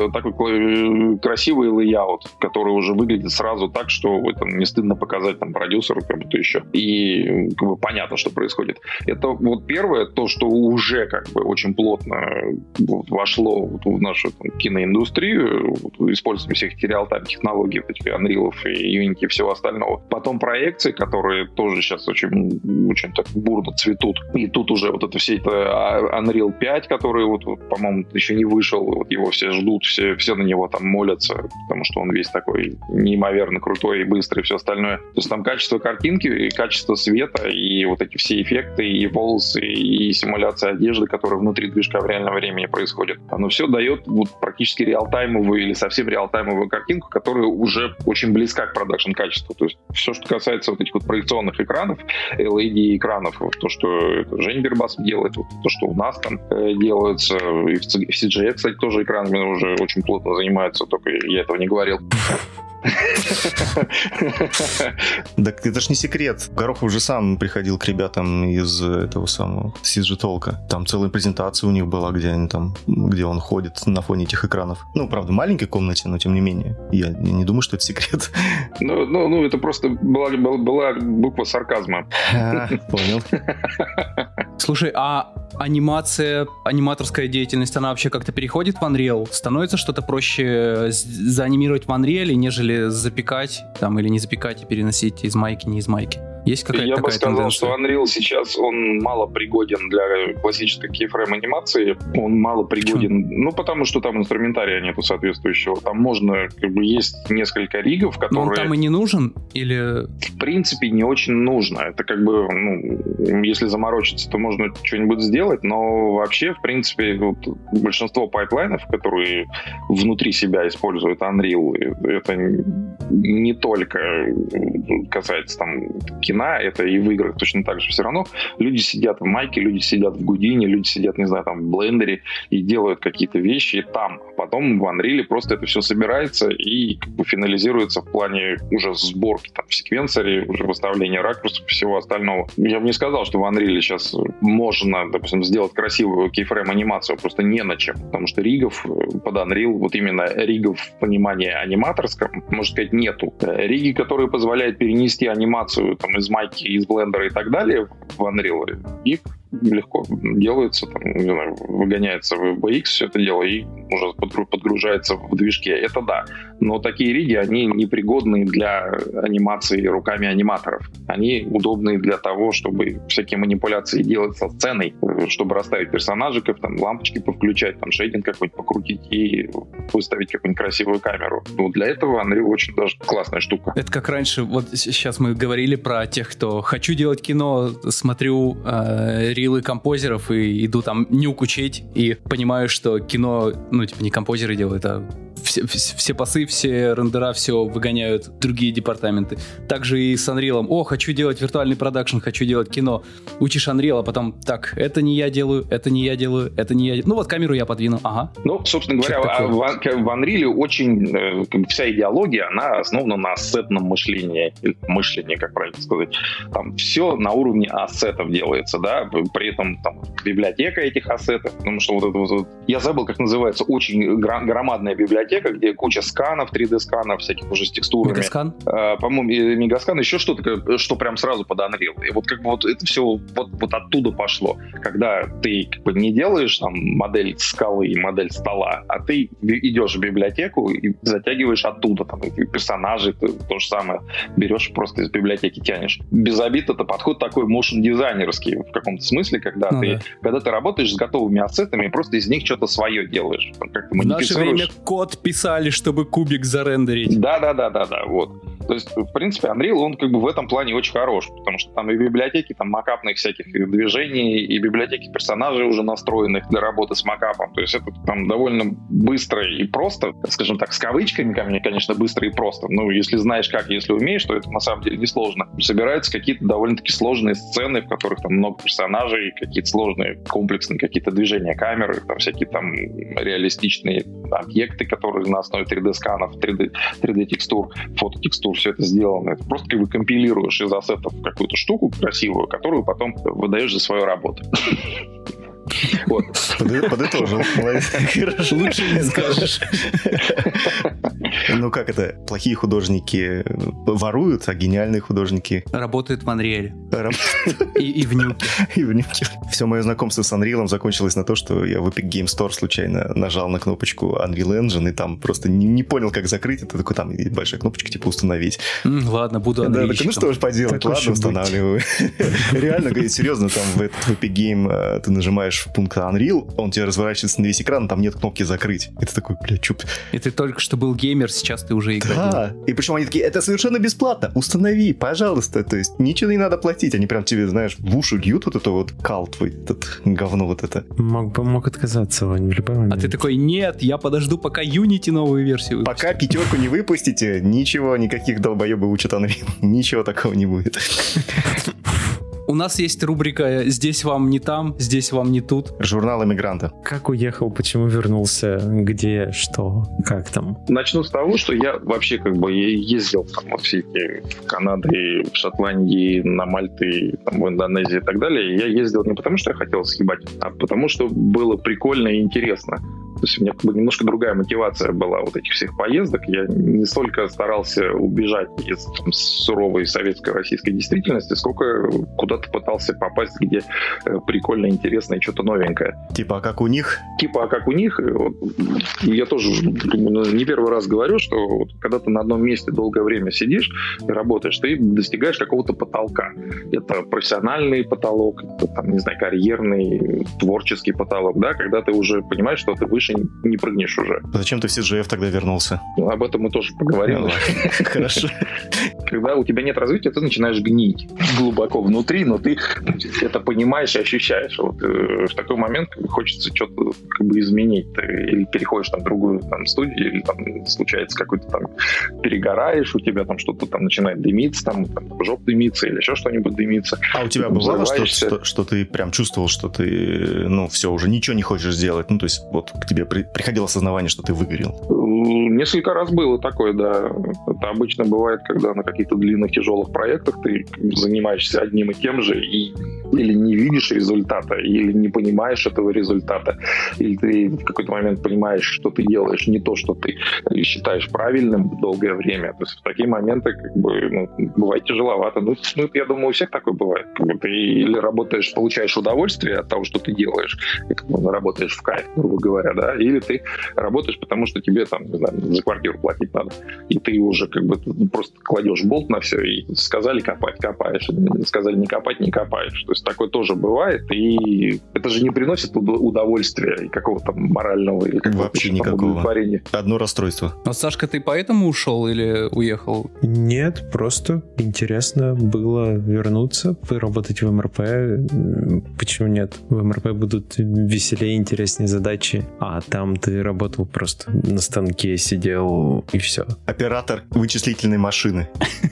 такой красивый лейаут, который уже выглядит сразу так, что это не стыдно показать там продюсеру, как будто еще, и как бы понятно, что происходит. Это вот первое, то, что уже как бы очень плотно вошло вот в нашу там, киноиндустрию, вот, использование всех этих реал-тайм технологий, вот этих Unreal и Unity и всего остального. Потом проекции, которые тоже сейчас очень, очень так бурно цветут. И тут уже вот это все это Unreal пять, который вот, вот по-моему, еще не вышел, вот его все ждут, все, все на него там молятся, потому что он весь такой неимоверно крутой и быстрый и все остальное. То есть там качество картинки, и качество света, и вот эти все эффекты, и волосы, и симуляция одежды, которая внутри движка в реальном времени происходит. Оно все дает вот практически реалтаймовую или совсем реалтаймовую картинку, которая уже очень близка к продакшн-качеству. То есть все, что касается вот этих вот проекционных экранов, эл и ди-экранов, вот то, что Женя Бербасов делает, вот то, что у нас там э, делается, и в си джи ай, кстати, тоже экранами уже очень плотно занимаются, только я этого не говорил. Так это ж не секрет. Горохов же сам приходил к ребятам из этого самого си джи Толка. Там целая презентация у них была, где они там, где он ходит на фоне этих экранов. Ну, правда, в маленькой комнате, но тем не менее. Я, я не думаю, что это секрет. Ну, ну, ну это просто была, была буква сарказма. А, понял. Слушай, а анимация, аниматорская деятельность, она вообще как-то переходит в Unreal? Становится что-то проще заанимировать в Unreal, нежели запекать там или не запекать и переносить из майки, не из майки? Есть какая-то Я такая бы сказал, тенденция? что Unreal сейчас, он мало пригоден для классической кейфрейм анимации. Он мало пригоден, Почему? ну, потому что там инструментария нету соответствующего. Там можно, как бы, есть несколько ригов, которые... Но он там и не нужен? Или... В принципе, не очень нужно. Это как бы, ну, если заморочиться, то можно что-нибудь сделать, но вообще, в принципе, вот, большинство пайплайнов, которые внутри себя используют Unreal, это не только касается там кино, это и в играх точно так же. Все равно люди сидят в майке, люди сидят в Гудине, люди сидят, не знаю, там в блендере и делают какие-то вещи там. Потом в Unreal просто это все собирается и как бы финализируется в плане уже сборки там в секвенсоре, уже выставления ракурсов и всего остального. Я бы не сказал, что в Unreal сейчас можно, допустим, сделать красивую кейфрейм анимацию, просто не на чем, потому что ригов под Unreal, вот именно ригов в понимании аниматорском, можно сказать, нету. Риги, которые позволяют перенести анимацию там, из майки, из блендера и так далее в Unreal, их легко делается, там, не знаю, выгоняется в би икс все это дело и уже подгружается в движке. Это да. Но такие риги, они непригодны для анимации руками аниматоров. Они удобны для того, чтобы всякие манипуляции делать со сценой, чтобы расставить персонажиков, там, лампочки повключать, там, шейдинг какой-нибудь покрутить и выставить какую-нибудь красивую камеру. Ну, для этого Unreal очень даже классная штука. Это как раньше, вот сейчас мы говорили про тех, кто «хочу делать кино», смотрю э, рилы композеров и иду там нюк учить и понимаю, что кино, ну, типа, не композеры делают, а все, все, все пасы, все рендера, все выгоняют другие департаменты. Также и с Unreal. О, хочу делать виртуальный продакшн, хочу делать кино. Учишь Unreal, а потом, так, это не я делаю, это не я делаю, это не я делаю. Ну вот камеру я подвину, ага. Ну, собственно говоря, в, в Unreal очень, э, вся идеология, она основана на ассетном мышлении. Мышлении, как правильно сказать. Там все на уровне ассетов делается, да, при этом там библиотека этих ассетов, потому что вот это вот, я забыл, как называется, очень гра- громадная библиотека, где куча сканов, три дэ-сканов, всяких уже с текстурами. Мегаскан? Э, по-моему, Мегаскан, еще что-то, что прям сразу под Unreal. И вот как бы вот это все вот, вот оттуда пошло. Когда ты как бы не делаешь там модель скалы и модель стола, а ты идешь в библиотеку и затягиваешь оттуда там персонажей, ты то же самое берешь, просто из библиотеки тянешь. Без обид это подход такой моушн-дизайнерский в каком-то смысле, когда, ну, ты, да. когда ты работаешь с готовыми ассетами и просто из них что-то свое делаешь. Как-то в наше время код писали, чтобы кубик зарендерить. Да-да-да-да-да, вот. То есть, в принципе, Unreal, он как бы в этом плане очень хорош, потому что там и библиотеки, там макапных всяких движений, и библиотеки персонажей уже настроенных для работы с макапом. То есть это там довольно быстро и просто, скажем так, с кавычками, конечно, быстро и просто. Ну, если знаешь как, если умеешь, то это на самом деле несложно. Собираются какие-то довольно-таки сложные сцены, в которых там много персонажей, какие-то сложные, комплексные какие-то движения камеры, там всякие там реалистичные объекты, которые на основе три дэ-сканов, три дэ-текстур, фототекстур, все это сделано. Это просто как бы компилируешь из ассетов какую-то штуку красивую, которую потом выдаешь за свою работу. Вот. Подытожил. Хорошо, лучше не скажешь. Ну как это? Плохие художники воруют, а гениальные художники... Работают в Unreal. И, и в нюке. И в нюке. Все мое знакомство с Unreal закончилось на то, что я в Epic Game Store случайно нажал на кнопочку Unreal Engine, и там просто не, не понял, как закрыть. Это такой, там большая кнопочка, типа установить. Mm, ладно, буду да, так, ну что ж поделать, так ладно, устанавливаю. Реально, говорит, серьезно, там в этот в Epic Game ты нажимаешь пункт Unreal, он тебе разворачивается на весь экран, там нет кнопки закрыть. Это такой, бля, чуп. И ты только что был геймер, сейчас ты уже играешь. Да, и причем они такие, это совершенно бесплатно, установи, пожалуйста. То есть ничего не надо платить, они прям тебе, знаешь, в уши льют вот это вот кал твой, этот говно вот это. Мог бы мог отказаться, Вань, в любой момент. А ты такой, нет, я подожду, пока Unity новую версию выпустит. Пока пятерку не выпустите, ничего, никаких долбоебы учат Unreal. Ничего такого не будет. У нас есть рубрика «Здесь вам не там, здесь вам не тут». Журнал «Эмигранта». Как уехал, почему вернулся, где, что, как там? Начну с того, что я вообще как бы ездил там вот все эти в Канаде, в Шотландии, на Мальты, там, в Индонезии и так далее. Я ездил не потому, что я хотел съебать, а потому, что было прикольно и интересно. То есть у меня как бы немножко другая мотивация была вот этих всех поездок. Я не столько старался убежать из там, суровой советской российской действительности, сколько куда-то пытался попасть, где э, прикольно, интересно и что-то новенькое. Типа, а как у них? Типа, а как у них? Вот, я тоже не первый раз говорю, что вот, когда ты на одном месте долгое время сидишь и работаешь, ты достигаешь какого-то потолка. Это профессиональный потолок, это, там, не знаю, карьерный, творческий потолок, да, когда ты уже понимаешь, что ты выше не прыгнешь уже. Зачем ты в си джи эф тогда вернулся? Ну, об этом мы тоже поговорим. Хорошо. Когда у тебя нет развития, ты начинаешь гнить глубоко внутри, но ты это понимаешь и ощущаешь. Вот, э, в такой момент хочется что-то как бы изменить. Ты или переходишь там, в другую там, студию, или там случается какой-то там перегораешь, у тебя там что-то там начинает дымиться, там, там жоп дымится или еще что-нибудь дымится. А у тебя бывало, что, что, что ты прям чувствовал, что ты, ну, все, уже ничего не хочешь сделать? Ну, то есть вот к тебе при, приходило осознавание, что ты выгорел? Несколько раз было такое, да. Это обычно бывает, когда на каких-то длинных, тяжелых проектах ты занимаешься одним и тем же, и или не видишь результата, или не понимаешь этого результата, или ты в какой-то момент понимаешь, что ты делаешь не то, что ты считаешь правильным долгое время. То есть в такие моменты как бы, ну, бывает тяжеловато. Ну, ну, я думаю, у всех такое бывает. Как бы ты или работаешь, получаешь удовольствие от того, что ты делаешь, и как бы работаешь в кайф, грубо говоря, да, или ты работаешь, потому что тебе там, не знаю, за квартиру платить надо, и ты уже как бы просто кладешь болт на все, и сказали копать, копаешь, сказали не копать, не копаешь. То есть такое тоже бывает, и это же не приносит удовольствия и какого-то морального или какого-то вообще никакого удовлетворения. Одно расстройство. А, Сашка, ты поэтому ушел или уехал? Нет, просто интересно было вернуться, поработать в эм эр пэ. Почему нет? В эм эр пэ будут веселее, интереснее задачи, а там ты работал просто на станке, сидел и все. Оператор вычислительной машины.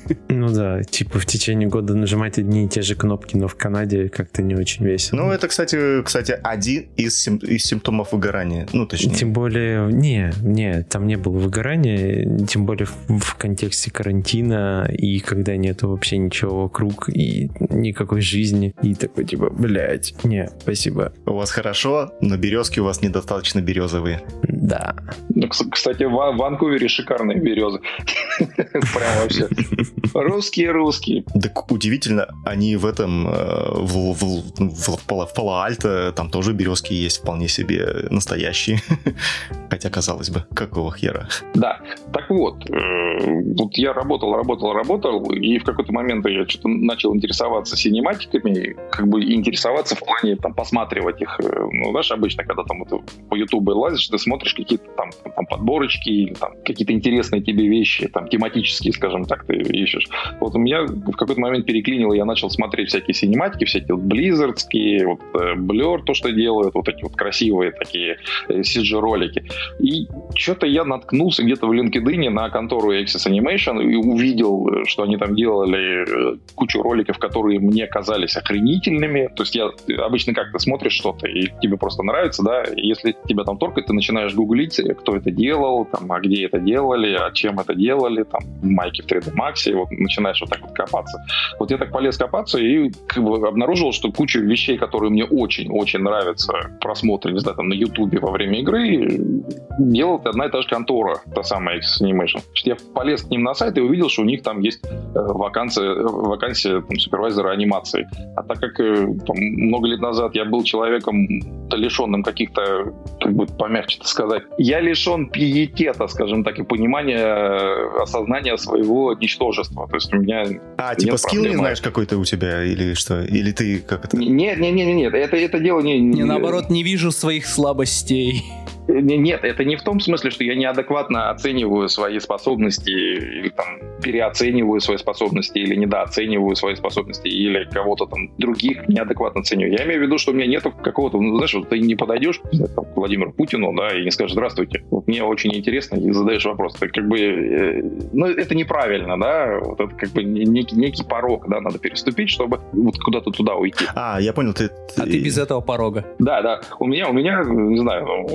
Ну да, типа в течение года нажимать одни и те же кнопки, но в Канаде как-то не очень весело. Ну, это, кстати, кстати один из, сим- из симптомов выгорания. Ну, точнее. Тем более, не, не, там не было выгорания, тем более в, в контексте карантина, и когда нету вообще ничего вокруг, и никакой жизни, и такой, типа, блядь, не, спасибо. У вас хорошо, но березки у вас недостаточно березовые. Да. Ну, кстати, в Ванкувере шикарные березы. Прям вообще. Русские-русские. Так удивительно, они в этом, в, в, в, в Пало-Альто, там тоже березки есть вполне себе настоящие. Хотя, казалось бы, какого хера? Да, так вот, э, вот я работал, работал, работал, и в какой-то момент я что-то начал интересоваться синематиками, как бы интересоваться в плане, там, посматривать их. Ну, знаешь, обычно, когда там вот, по Ютубу лазишь, ты смотришь какие-то там, там подборочки, или там какие-то интересные тебе вещи, там, тематические, скажем так, ты ищешь. Вот у меня в какой-то момент переклинило, я начал смотреть всякие синематики, всякие вот Blizzardские, вот Blur, то, что делают, вот эти вот красивые такие си джи-ролики. И что-то я наткнулся где-то в LinkedIn на контору Axis Animation и увидел, что они там делали кучу роликов, которые мне казались охренительными. То есть я обычно как-то смотришь что-то, и тебе просто нравится, да, и если тебя там торкает, ты начинаешь гуглить, кто это делал, там, а где это делали, а чем это делали, там, майки в три дэ Max, и вот начинаешь вот так вот копаться. Вот я так полез копаться и как бы обнаружил, что куча вещей, которые мне очень-очень нравятся, просмотр, не знаю, там, на Ютубе во время игры, делает одна и та же контора, та самая Axis Animation. Я полез к ним на сайт и увидел, что у них там есть вакансия, вакансия там, супервайзера анимации. А так как там, много лет назад я был человеком, лишенным каких-то, как бы помягче сказать, я лишен пиетета, скажем так, и понимания, осознания своего ничтожества. То есть у меня А, типа скилл не знаешь какой-то у тебя, или что? Или ты как это? Нет, нет, нет, нет, это, это дело не... Не, наоборот, не вижу своих слабостей. Нет, это не в том смысле, что я неадекватно оцениваю свои способности, или там переоцениваю свои способности, или недооцениваю свои способности, или кого-то там других неадекватно ценю. Я имею в виду, что у меня нет какого-то, ну, знаешь, вот ты не подойдешь там, к Владимиру Путину, да, и не скажешь «Здравствуйте, вот мне очень интересно», и задаешь вопрос. Ты как бы, э, ну, это неправильно, да, вот это как бы некий, некий порог, да, надо переступить, чтобы вот куда-то туда уйти. А, я понял, ты... А ты без этого порога. Да, да, у меня, у меня, не знаю, мне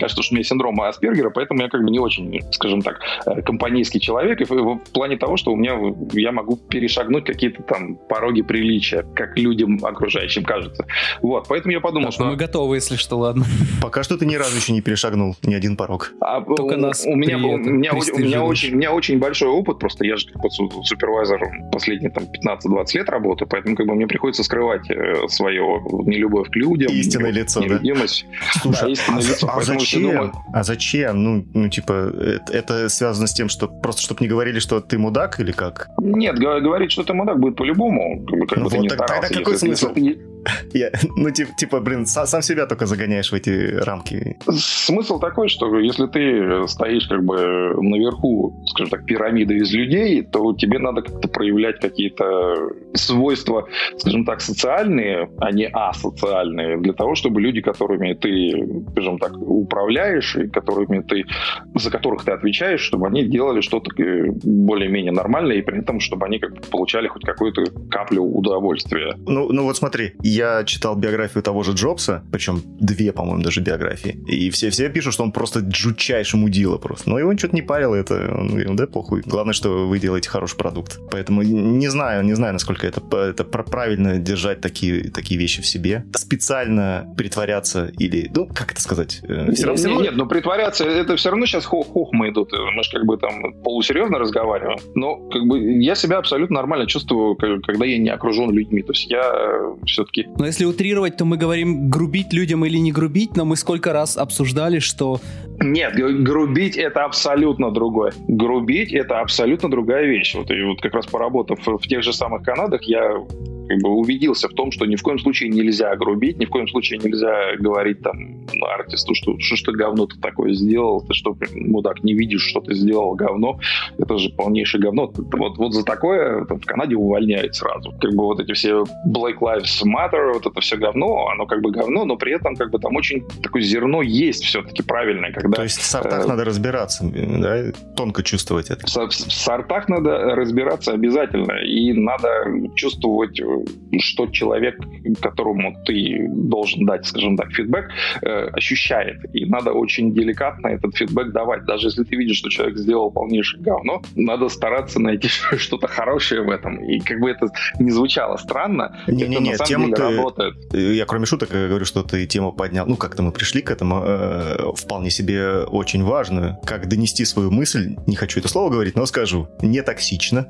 кажется, что у меня синдром Аспергера, поэтому я как бы не очень, скажем так, компанейский человек, и в плане того, что у меня я могу перешагнуть какие-то там пороги приличия, как людям окружающим кажется. Вот, поэтому я подумал, так, что... Мы готовы, если что, ладно. Пока что ты ни разу еще не перешагнул ни один порог. А, Только у, нас у, меня, при у, меня, у, меня очень, у меня очень большой опыт, просто я же как супервайзер последние там пятнадцать-двадцать лет работаю, поэтому как бы мне приходится скрывать э, свое нелюбовь к людям. Истинное не, лицо, нелюдимость. Да? Слушай, да, истинное а, лицо. А зачем? Думаю... А зачем? Ну, ну типа, это, это связано с тем, что просто чтобы не говорили, что ты мудак или как? Нет, говорить, что ты мудак будет по-любому, как бы, как ну бы вот, ты не так, старался. Тогда какой если, смысл? Если... Я, ну, типа, типа, блин, сам, сам себя только загоняешь в эти рамки. Смысл такой, что если ты стоишь как бы наверху, скажем так, пирамиды из людей, то тебе надо как-то проявлять какие-то свойства, скажем так, социальные, а не асоциальные, для того, чтобы люди, которыми ты, скажем так, управляешь, и которыми ты, за которых ты отвечаешь, чтобы они делали что-то более-менее нормальное, и при этом, чтобы они как бы получали хоть какую-то каплю удовольствия. Ну, ну вот смотри, я читал биографию того же Джобса, причем две, по-моему, даже биографии, и все, все пишут, что он просто жутчайший мудила просто. Но его что-то не парило, это, он говорил, да похуй. Главное, что вы делаете хороший продукт. Поэтому не знаю, не знаю, насколько это, это правильно держать такие, такие вещи в себе. Специально притворяться или, ну, как это сказать? Все равно, все равно... Нет, но притворяться, это все равно сейчас хохмы идут. Мы же как бы там полусерьезно разговариваем, но как бы я себя абсолютно нормально чувствую, когда я не окружен людьми. То есть я все-таки... Но если утрировать, то мы говорим, грубить людям или не грубить, но мы сколько раз обсуждали, что... Нет, грубить — это абсолютно другое. Грубить — это абсолютно другая вещь. Вот, и вот как раз поработав в тех же самых Канадах, я как бы убедился в том, что ни в коем случае нельзя грубить, ни в коем случае нельзя говорить там артисту, что что ж ты говно ты такое сделал, ты что, мудак, не видишь, что ты сделал говно, это же полнейшее говно. Вот, вот за такое в Канаде увольняют сразу. Как бы вот эти все Black Lives Matter, вот это все говно, оно как бы говно, но при этом как бы там очень такое зерно есть все-таки правильное. Когда, То есть в сортах э, надо разбираться, да? Тонко чувствовать это. В, в сортах надо разбираться обязательно, и надо чувствовать, что человек, которому ты должен дать, скажем так, фидбэк, э, ощущает. И надо очень деликатно этот фидбэк давать. Даже если ты видишь, что человек сделал полнейшее говно, надо стараться найти что-то хорошее в этом. И как бы это не звучало странно, не, это не, не, на самом тему деле ты, работает. Я кроме шуток говорю, что ты тему поднял. Ну, как-то мы пришли к этому э, вполне себе очень важную. Как донести свою мысль, не хочу это слово говорить, но скажу, не токсично.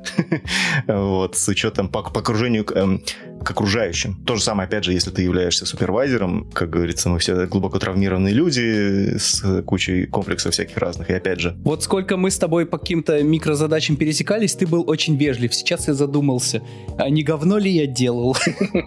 Вот, с учетом по, по окружению к, эм, к окружающим. То же самое, опять же, если ты являешься супервайзером, как говорится, мы все глубоко травмированные люди с кучей комплексов всяких разных, и опять же. Вот сколько мы с тобой по каким-то микрозадачам пересекались, ты был очень вежлив. Сейчас я задумался, а не говно ли я делал?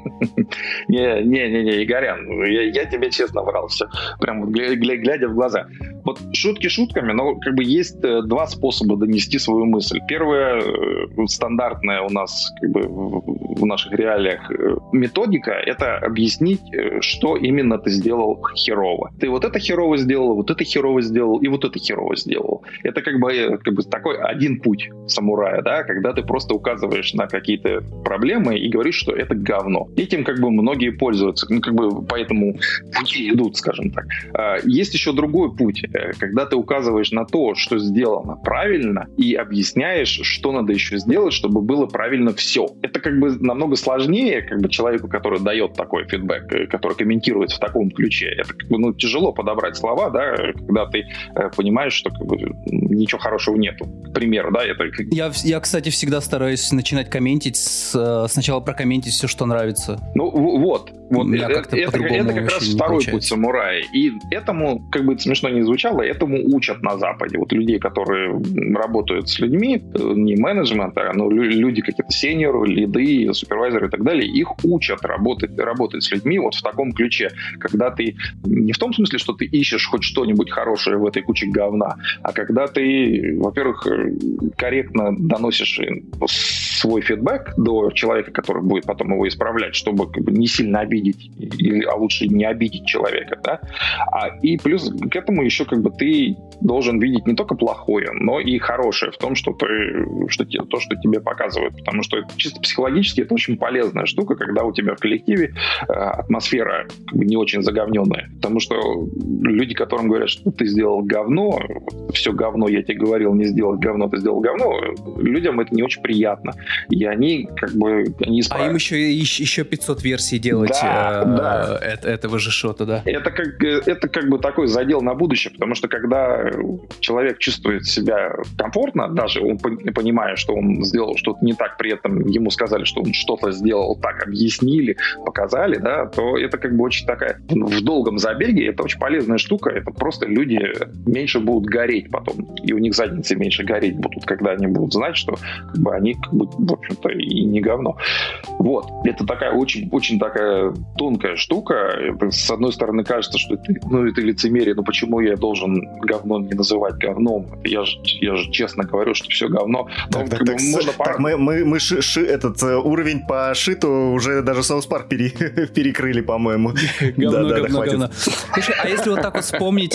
Не-не-не, Игорян, я, я тебе честно врал все, прям вот гля- глядя в глаза. Вот шутки шутками, но как бы есть два способа донести свою мысль. Первое, стандартная у нас как бы в наших реалиях методика, это объяснить, что именно ты сделал херово. Ты вот это херово сделал, вот это херово сделал и вот это херово сделал. Это как бы, как бы такой один путь самурая, да, когда ты просто указываешь на какие-то проблемы и говоришь, что это говно. Этим как бы многие пользуются, ну как бы по этому пути идут, скажем так. Есть еще другой путь, когда ты указываешь на то, что сделано правильно, и объясняешь, что надо еще сделать, чтобы было правильно все. Это как бы намного сложнее, как бы человеку, который дает такой фидбэк, который комментирует в таком ключе. Это как бы, ну, тяжело подобрать слова, да, когда ты э, понимаешь, что как бы ничего хорошего нету. К примеру, да, это... Я, я, кстати, всегда стараюсь начинать комментить, с, сначала прокомментить все, что нравится. Ну, вот. Вот это, это, это, это как раз второй путь самурая. И этому, как бы это смешно не звучало, этому учат на Западе. Вот людей, которые работают с людьми, не менеджмент, а ну, люди какие-то сеньоры, лиды, супервайзеры и так далее, их учат работать, работать с людьми вот в таком ключе, когда ты не в том смысле, что ты ищешь хоть что-нибудь хорошее в этой куче говна, а когда ты, во-первых, корректно доносишь свой фидбэк до человека, который будет потом его исправлять, чтобы как бы не сильно обидеть обидеть, или, а лучше не обидеть человека, да. А, и плюс к этому еще как бы ты должен видеть не только плохое, но и хорошее в том, что ты, что те, то, что тебе показывают, потому что чисто психологически это очень полезная штука, когда у тебя в коллективе э, атмосфера как бы не очень заговненная, потому что люди, которым говорят, что ты сделал говно, все говно, я тебе говорил, не сделать говно, ты сделал говно, людям это не очень приятно, и они как бы они исправят. А им еще, еще пятьсот версий делать да, э, да. Э, этого же шота, да? Это как, это как бы такой задел на будущее, потому что когда человек чувствует себя комфортно, даже он понимая, что он сделал что-то не так, при этом ему сказали, что он что-то сделал так, объяснили, показали, да, то это как бы очень такая в долгом забеге, это очень полезная штука, это просто люди меньше будут гореть потом, и у них задницы меньше гореть будут, когда они будут знать, что как бы, они, как бы, в общем-то, и не говно. Вот. Это такая очень, очень такая тонкая штука. Это, с одной стороны, кажется, что это, ну, это лицемерие, но почему я должен говно не называть говном? Я же, я же честно говорю, что все говно. Но, так, так, так, можно так пар... мы, мы, мы ши, ши, этот uh, уровень по шиту уже даже South Park пере, перекрыли, по-моему. Говно, да, говно, да, говно. Слушай, а если вот так вот вспомнить,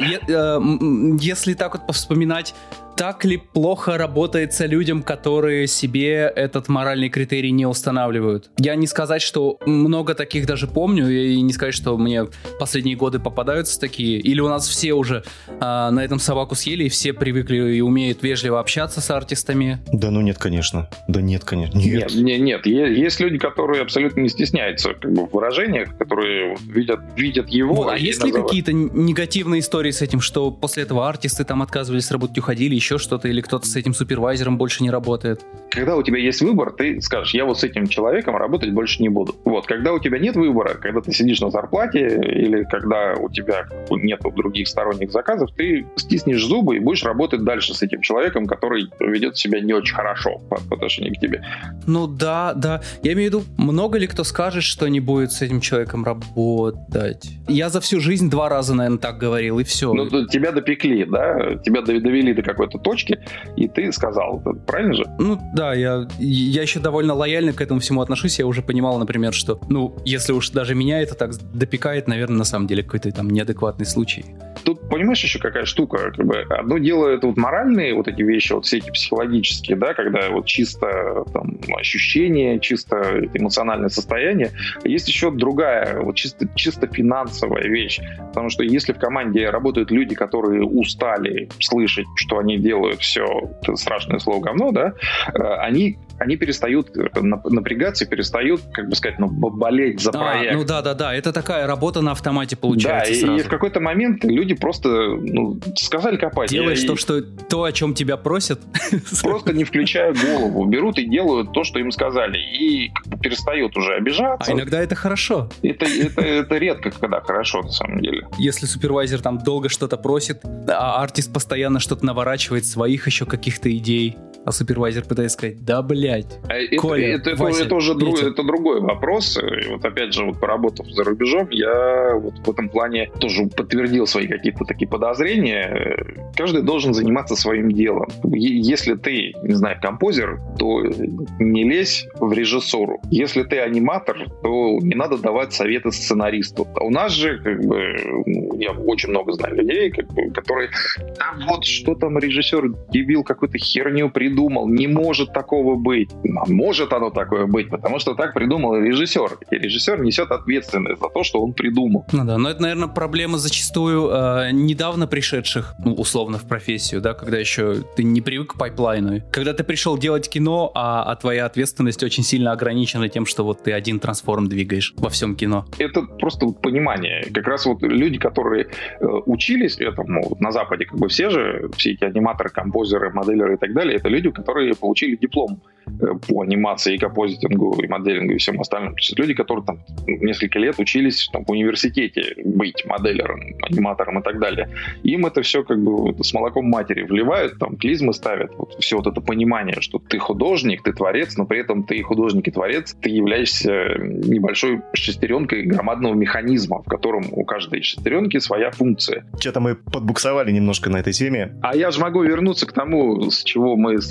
если так вот повспоминать, так ли плохо работается людям, которые себе этот моральный критерий не устанавливают? Я не сказать, что много таких даже помню, и не сказать, что мне последние годы попадаются такие. Или у нас все уже а, на этом собаку съели, и все привыкли и умеют вежливо общаться с артистами? Да ну нет, конечно. Да нет, конечно. Нет, нет, нет. нет. Есть люди, которые абсолютно не стесняются как бы, в выражениях, которые видят, видят его. Вот, а есть ли называют... какие-то негативные истории с этим, что после этого артисты там отказывались работать, уходили, еще что-то, или кто-то с этим супервайзером больше не работает? Когда у тебя есть выбор, ты скажешь, я вот с этим человеком работать больше не буду. Вот, когда у тебя нет выбора, когда ты сидишь на зарплате, или когда у тебя нет других сторонних заказов, ты стиснешь зубы и будешь работать дальше с этим человеком, который ведет себя не очень хорошо по, по отношению к тебе. Ну да, да. Я имею в виду, много ли кто скажет, что не будет с этим человеком работать? Я за всю жизнь два раза, наверное, так говорил, и все. Ну, тебя допекли, да? Тебя довели до какой-то точки, и ты сказал, правильно же? Ну да, я, я еще довольно лояльно к этому всему отношусь. Я уже понимал, например, что, ну, если уж даже меня это так допекает, наверное, на самом деле какой-то там неадекватный случай. Тут, понимаешь, еще какая штука? Как бы, одно дело это вот моральные вот эти вещи, вот все эти психологические, да, когда вот чисто там ощущения, чисто эмоциональное состояние. Есть еще другая, вот чисто, чисто финансовая вещь. Потому что если в команде работают люди, которые устали слышать, что они делают все, это страшное слово говно, да, они, они перестают напрягаться, перестают, как бы сказать, ну, болеть за проект. А, ну да-да-да, это такая работа на автомате получается. Да, сразу. И, и в какой-то момент люди просто ну, сказали копать. Делаешь я, то, и... что, то, о чем тебя просят. Просто не включая голову, берут и делают то, что им сказали, и как бы перестают уже обижаться. А иногда это хорошо. Это, это, это редко, когда хорошо, на самом деле. Если супервайзер там долго что-то просит, а артист постоянно что-то наворачивает, своих еще каких-то идей, а супервайзер пытается сказать, да, блядь, это, Коля, это, Вася, это, уже друг, Петя. Это другой вопрос. И вот опять же, вот поработав за рубежом, я вот в этом плане тоже подтвердил свои какие-то такие подозрения. Каждый должен заниматься своим делом. Если ты, не знаю, композер, то не лезь в режиссуру. Если ты аниматор, то не надо давать советы сценаристу. А у нас же, как бы, я очень много знаю людей, как бы, которые, да вот, что там режиссер, дебил, какую-то херню придумал, не может такого быть. А может оно такое быть, потому что так придумал режиссер. И режиссер несет ответственность за то, что он придумал. Ну да, но это, наверное, проблема зачастую э, недавно пришедших, ну, условно, в профессию, да, когда еще ты не привык к пайплайну. Когда ты пришел делать кино, а, а твоя ответственность очень сильно ограничена тем, что вот ты один трансформ двигаешь во всем кино. Это просто вот понимание. Как раз вот люди, которые э, учились этому, вот на Западе как бы все же, все эти аниматоры, композеры, моделеры и так далее, это люди, которые получили диплом э, по анимации и композитингу, и моделингу, и всем остальным. То есть люди, которые там несколько лет учились там, в университете быть моделером, аниматором и так далее. Им это все как бы с молоком матери вливают, там клизмы ставят. Вот все вот это понимание, что ты художник, ты творец, но при этом ты художник и творец, ты являешься небольшой шестеренкой громадного механизма, в котором у каждой шестеренки своя функция. Что-то мы подбуксовали немножко на этой теме. А я же могу вернуться к тому, с чего мы с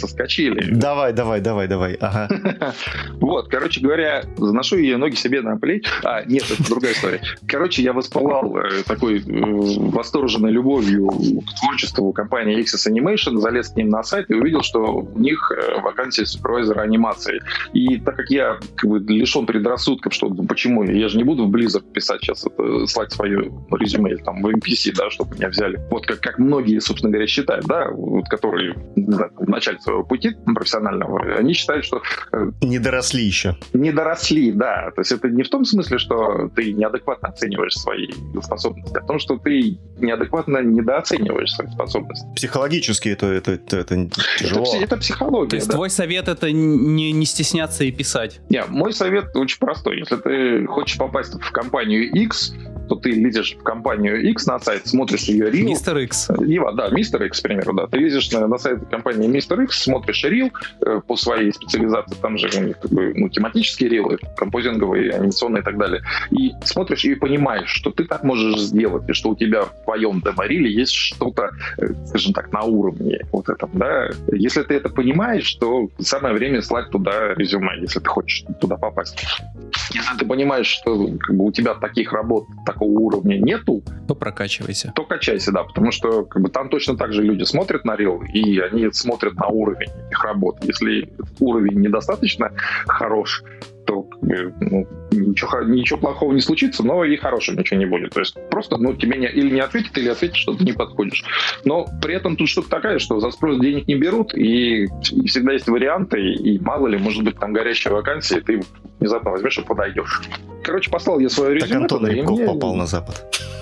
соскочили. Давай, давай, давай, давай. Ага. Вот, короче говоря, заношу ее ноги себе на плечи. А, нет, это другая история. Короче, я воспылал э, такой э, восторженной любовью к творчеству компании Axis Animation, залез к ним на сайт и увидел, что у них э, вакансия супервайзера анимации. И так как я как бы лишен предрассудков, что ну, почему, я же не буду в Blizzard писать сейчас, это, слать свое резюме или там в эм пи си, да, чтобы меня взяли. Вот как, как многие, собственно говоря, считают, да, вот, которые не знаю, в начале своего пути профессионального, они считают, что... Э, не доросли еще. Не доросли, да. То есть это не в том смысле, что ты неадекватно оцениваешь свои способности, а в том, что ты неадекватно недооцениваешь свои способности. Психологически это, это, это, это тяжело. Это, это психология. То есть да. Твой совет — это не, не стесняться и писать? Нет, мой совет очень простой. Если ты хочешь попасть в компанию X, то ты лезешь в компанию X на сайт, смотришь ее рил. Мистер X. Ива, да, Мистер X, к примеру, да. Ты лезешь на, на сайт компании Мистер X, смотришь рил э, по своей специализации, там же как бы, ну, тематические рилы, композинговые, анимационные и так далее. И смотришь и понимаешь, что ты так можешь сделать, и что у тебя в твоем демо-риле есть что-то, э, скажем так, на уровне вот этом, да. Если ты это понимаешь, то самое время слать туда резюме, если ты хочешь туда попасть. Если ты понимаешь, что как бы, у тебя таких работ такого уровня нету, то прокачивайся. То качайся, да, потому что как бы, там точно так же люди смотрят на рил, и они смотрят на уровень их работ. Если уровень недостаточно хорош, то ну, ничего, ничего плохого не случится, но и хорошего ничего не будет. То есть просто ну, тебе не, или не ответят, или ответят, что ты не подходишь. Но при этом тут штука такая, что за спрос денег не берут, и, и всегда есть варианты, и мало ли, может быть, там горящая вакансия, и ты внезапно возьмешь и подойдешь. Короче, послал я свое резюме. Так Антон Рябков мне... попал на Запад.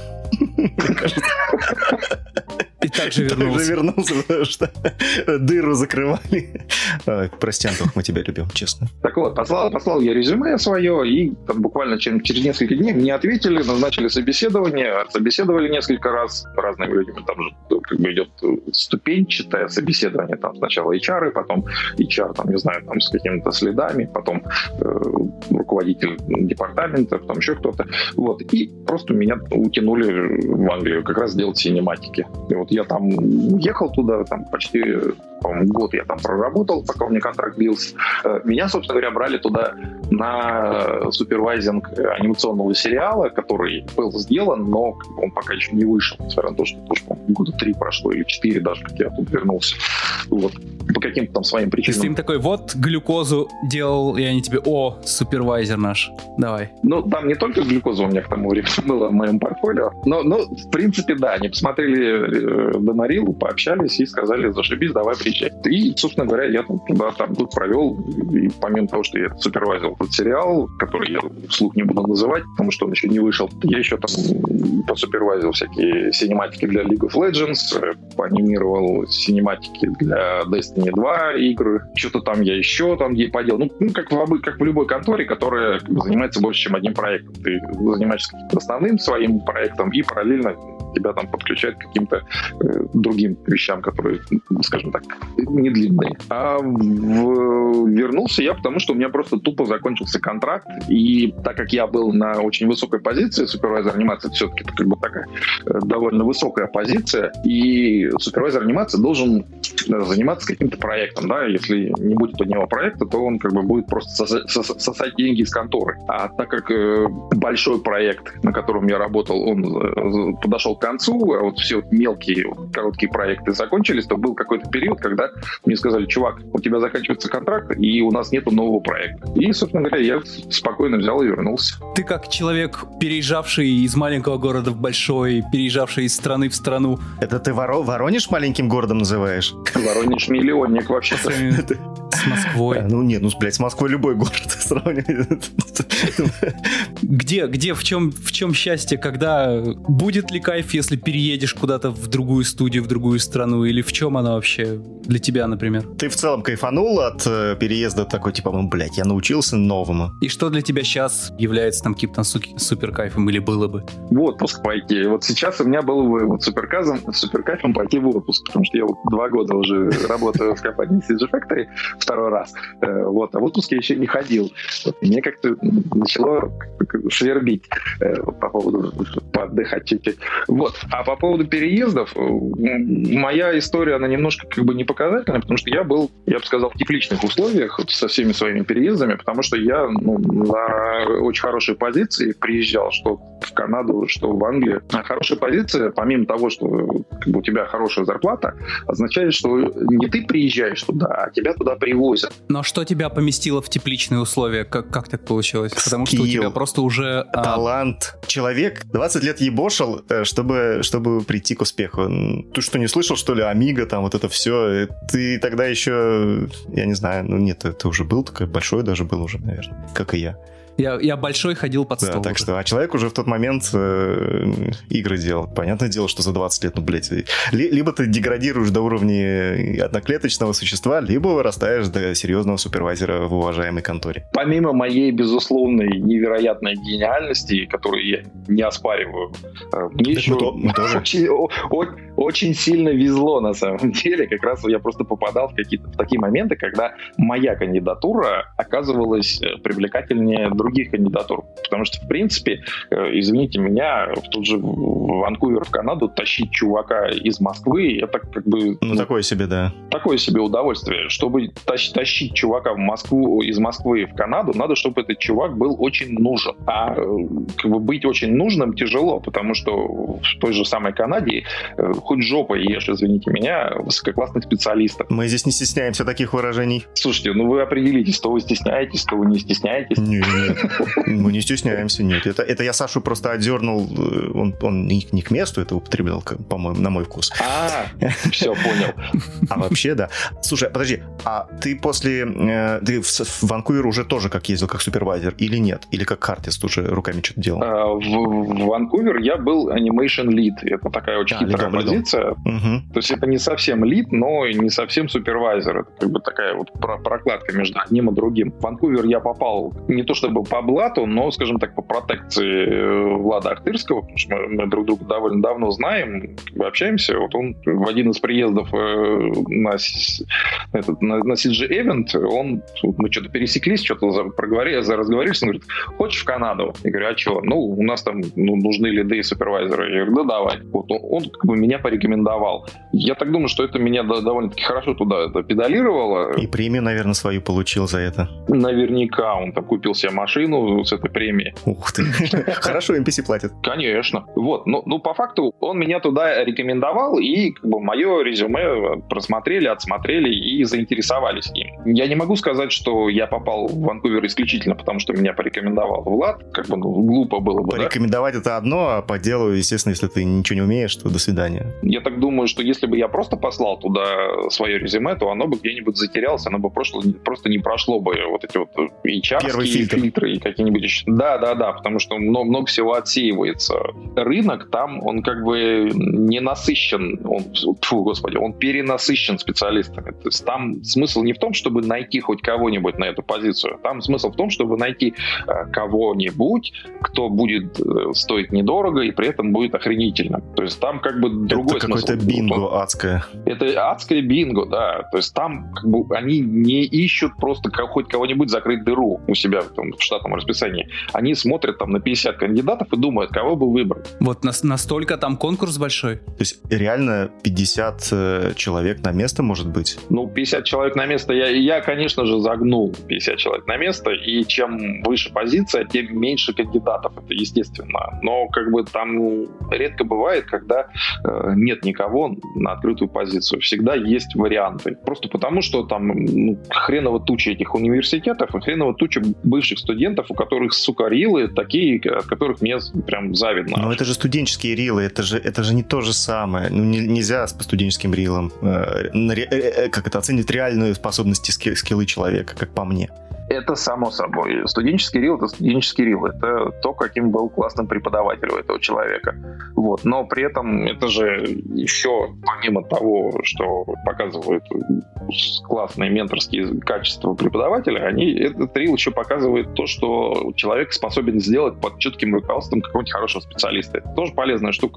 И также вернулся. Также вернулся, потому что дыру закрывали. Ой, прости, Антох, мы тебя любим, честно. Так вот, послал, послал я резюме свое, и там, буквально через, через несколько дней мне ответили, назначили собеседование, собеседовали несколько раз разными людьми. Там же как бы идет ступенчатое собеседование. Там сначала эйч ар, потом эйч ар, там, не знаю, там с какими-то следами, потом э, руководитель департамента, потом еще кто-то. Вот. И просто меня утянули в Англию как раз делать синематики. И вот я там ехал туда, там почти, по-моему, год я там проработал, пока у меня контракт длился. Меня, собственно говоря, брали туда на супервайзинг анимационного сериала, который был сделан, но он пока еще не вышел, несмотря на то, что тоже, по-моему, года три прошло или четыре даже, как я тут вернулся. Вот. По каким-то там своим причинам. То есть им такой, вот глюкозу делал, и они тебе, о, супервайзер наш, давай. Ну, там не только глюкоза у меня к тому времени была в моем портфолио, но, но в принципе, да, они посмотрели Домарилу, пообщались и сказали, зашибись, давай приезжай. И, собственно говоря, я там туда, там тут провел, и помимо того, что я супервайзил этот сериал, который я вслух не буду называть, потому что он еще не вышел, я еще там посупервайзил всякие синематики для League of Legends, поанимировал синематики для Destiny два игры, что-то там я еще там поделал. Ну, ну как, в, как в любой конторе, которая занимается больше, чем одним проектом. Ты занимаешься каким-то основным своим проектом и параллельно тебя там подключают к каким-то э, другим вещам, которые, скажем так, не длинные. А в... вернулся я, потому что у меня просто тупо закончился контракт, и так как я был на очень высокой позиции, супервайзер анимации все-таки как бы такая э, довольно высокая позиция, и супервайзер анимации должен заниматься каким-то проектом, да, если не будет у него проекта, то он как бы будет просто сосать, сосать деньги из конторы. А так как э, большой проект, на котором я работал, он э, подошел к концу, а вот все вот мелкие, короткие проекты закончились, то был какой-то период, когда мне сказали, чувак, у тебя заканчивается контракт, и у нас нету нового проекта. И, собственно говоря, я спокойно взял и вернулся. Ты как человек, переезжавший из маленького города в большой, переезжавший из страны в страну. Это ты Воро- Воронеж маленьким городом называешь? Воронеж миллионник вообще-то. С Москвой. Ну нет, ну, блядь, с Москвой любой город сравнивает. Где, где, в чем, в чем счастье, когда будет ли кайф, если переедешь куда-то в другую студию, в другую страну, или в чем она вообще для тебя, например? Ты в целом кайфанул от э, переезда такой, типа, ну, блядь, я научился новому. И что для тебя сейчас является там каким-то супер кайфом или было бы? В отпуск пойти. Вот сейчас у меня было бы вот супер кайфом пойти в отпуск, потому что я вот два года уже работаю в компании си джи Factory. второй раз. Вот. А в отпуск я еще не ходил. Вот. И мне как-то начало свербить по поводу поотдыхать чуть-чуть. Вот. А по поводу переездов, моя история, она немножко как бы не показательная, потому что я был, я бы сказал, в тепличных условиях со всеми своими переездами, потому что я ну, на очень хорошей позиции приезжал, что в Канаду, что в Англию. А хорошая позиция, помимо того, что как бы, у тебя хорошая зарплата, означает, что не ты приезжаешь туда, а тебя туда привозят. Но что тебя поместило в тепличные условия? Как, как так получилось? Потому что у тебя просто уже... Талант. А... Человек двадцать лет ебошил, чтобы, чтобы прийти к успеху. Ты что, не слышал, что ли, Амиго, там вот это все? Ты тогда еще, я не знаю, ну нет, ты уже был такой, большой даже был уже, наверное, как и я. Я, я большой ходил под стол. Да, так что, а человек уже в тот момент э, игры делал. Понятное дело, что за двадцать лет, ну, блядь, ли, либо ты деградируешь до уровня одноклеточного существа, либо вырастаешь до серьезного супервайзера в уважаемой конторе. Помимо моей безусловной невероятной гениальности, которую я не оспариваю, мне еще очень, очень сильно везло на самом деле. Как раз я просто попадал в какие-то в такие моменты, когда моя кандидатура оказывалась привлекательнее других кандидатур. Потому что, в принципе, извините меня, в тот же Ванкувер, в Канаду, тащить чувака из Москвы, это как бы... Ну, такое себе, да. Такое себе удовольствие. Чтобы тащ- тащить чувака в Москву, из Москвы в Канаду, надо, чтобы этот чувак был очень нужен. А как бы быть очень нужным тяжело, потому что в той же самой Канаде хоть жопой ешь, извините меня, высококлассных специалистов. Мы здесь не стесняемся таких выражений. Слушайте, ну вы определитесь, то вы стесняетесь, то вы не стесняетесь. Нет, мы не стесняемся, нет. Это, это я Сашу просто отдернул, он, он не, не к месту это употреблял, по-моему, на мой вкус. А, все, понял. А вообще, да. Слушай, подожди, а ты после... Э, ты в, в Ванкувер уже тоже как ездил, как супервайзер, или нет? Или как артист уже руками что-то делал? А, в, в Ванкувер я был animation lead. Это такая очень а, хитрая лидом, позиция. Угу. То есть это не совсем lead, но и не совсем супервайзер. Это как бы такая вот прокладка между одним и другим. В Ванкувер я попал не то чтобы по блату, но, скажем так, по протекции Влада Ахтырского, потому что мы, мы друг друга довольно давно знаем, как бы общаемся. Вот он в один из приездов э, на, этот, на, на си джи Event, он, мы что-то пересеклись, что-то за, проговорили, за разговорились, он говорит, хочешь в Канаду? Я говорю, а что? Ну, у нас там ну, нужны лиды и супервайзеры. Я говорю, да давай. Вот он, он как бы меня порекомендовал. Я так думаю, что это меня довольно-таки хорошо туда это педалировало. И премию, наверное, свою получил за это. Наверняка он там купил себе машину с этой премией. Ух ты. Хорошо эн пи си платят. Конечно. Вот. Ну, ну, по факту, он меня туда рекомендовал, и как бы мое резюме просмотрели, отсмотрели и заинтересовались им. Я не могу сказать, что я попал в Ванкувер исключительно потому, что меня порекомендовал Влад. Как бы, ну, глупо было бы, порекомендовать да? это одно, а по делу, естественно, если ты ничего не умеешь, то до свидания. Я так думаю, что если бы я просто послал туда свое резюме, то оно бы где-нибудь затерялось, оно бы просто, просто не прошло бы вот эти вот эйч ар-ские фильтры и какие-нибудь еще. Да, да, да, потому что много, много всего отсеивается. Рынок там, он как бы не насыщен, он, фу, господи, он перенасыщен специалистами. То есть там смысл не в том, чтобы найти хоть кого-нибудь на эту позицию. Там смысл в том, чтобы найти э, кого-нибудь, кто будет э, стоить недорого и при этом будет охренительно. То есть там как бы другой это смысл. Это какое-то бинго вот, адское. Это адское бинго, да. То есть там как бы они не ищут просто хоть кого-нибудь закрыть дыру у себя там, в штатном расписании. Они смотрят там на пятьдесят кандидатов и думают, кого бы выбрать. Вот на- настолько там конкурс большой? То есть реально пятьдесят э, человек на место может быть? Ну, пятьдесят человек на место. Я, я, конечно же, загнул пятьдесят человек на место. И чем выше позиция, тем меньше кандидатов. Это естественно. Но как бы там редко бывает, когда э, нет никого на открытую позицию. Всегда есть варианты. Просто потому, что там ну, хреново туча этих университетов и хреново туча бывших студентов, у которых, сука, рилы такие, от которых мне прям завидно. Но это же студенческие рилы, это же, это же не то же самое. Ну, не, нельзя по студенческим рилам э, э, как это, оценить реальную способность ски, скиллы человека, как по мне. Это само собой. Студенческий рил — это студенческий рил. Это то, каким был классным преподаватель у этого человека. Вот. Но при этом это же еще, помимо того, что показывают классные менторские качества преподавателя, они, этот рил еще показывает то, что человек способен сделать под чутким руководством какого-нибудь хорошего специалиста. Это тоже полезная штука.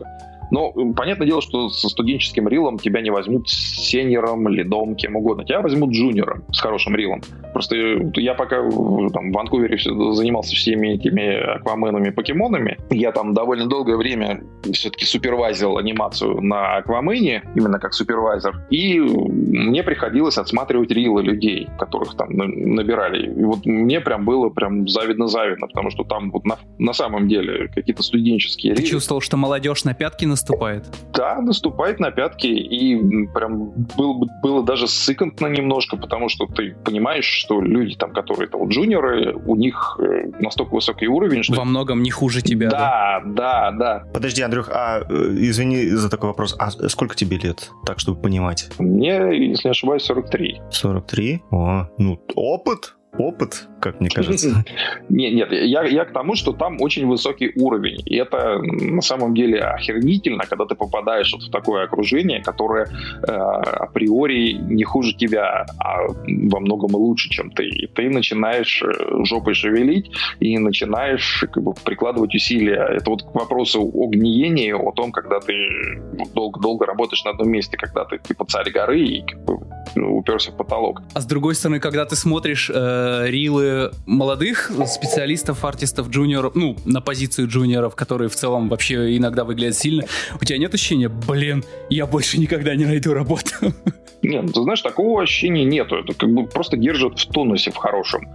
Но понятное дело, что со студенческим рилом тебя не возьмут сеньором, лидом, кем угодно. Тебя возьмут джуниором с хорошим рилом. Просто я пока там, в Ванкувере занимался всеми этими акваменами, покемонами, я там довольно долгое время все-таки супервайзил анимацию на аквамене, именно как супервайзер, и мне приходилось отсматривать рилы людей, которых там набирали. И вот мне прям было прям завидно-завидно, потому что там вот на, на самом деле какие-то студенческие Ты рилы. Ты чувствовал, что молодежь на пятки наступает? Да, наступает на пятки, и прям было, было даже сыкотно немножко, потому что ты понимаешь, что люди там, которые там джуниоры, у них настолько высокий уровень, что... Во многом не хуже тебя, да? Да, да, да. Подожди, Андрюх, а извини за такой вопрос, а сколько тебе лет, так, чтобы понимать? Мне, если не ошибаюсь, сорок три. сорок три? О, ну, опыт? Опыт, как мне кажется. Нет, нет, я, я к тому, что там очень высокий уровень. И это на самом деле охернительно, когда ты попадаешь вот в такое окружение, которое э, априори не хуже тебя, а во многом и лучше, чем ты. И ты начинаешь жопой шевелить и начинаешь как бы прикладывать усилия. Это вот к вопросу о гниении, о том, когда ты долго-долго работаешь на одном месте, когда ты типа царь горы и как бы уперся в потолок. А с другой стороны, когда ты смотришь э, рилы молодых специалистов, артистов, джуниоров, ну, на позицию джуниоров, которые в целом вообще иногда выглядят сильно, у тебя нет ощущения, блин, я больше никогда не найду работу? Нет, ты знаешь, такого ощущения нету. Это как бы просто держат в тонусе, в хорошем.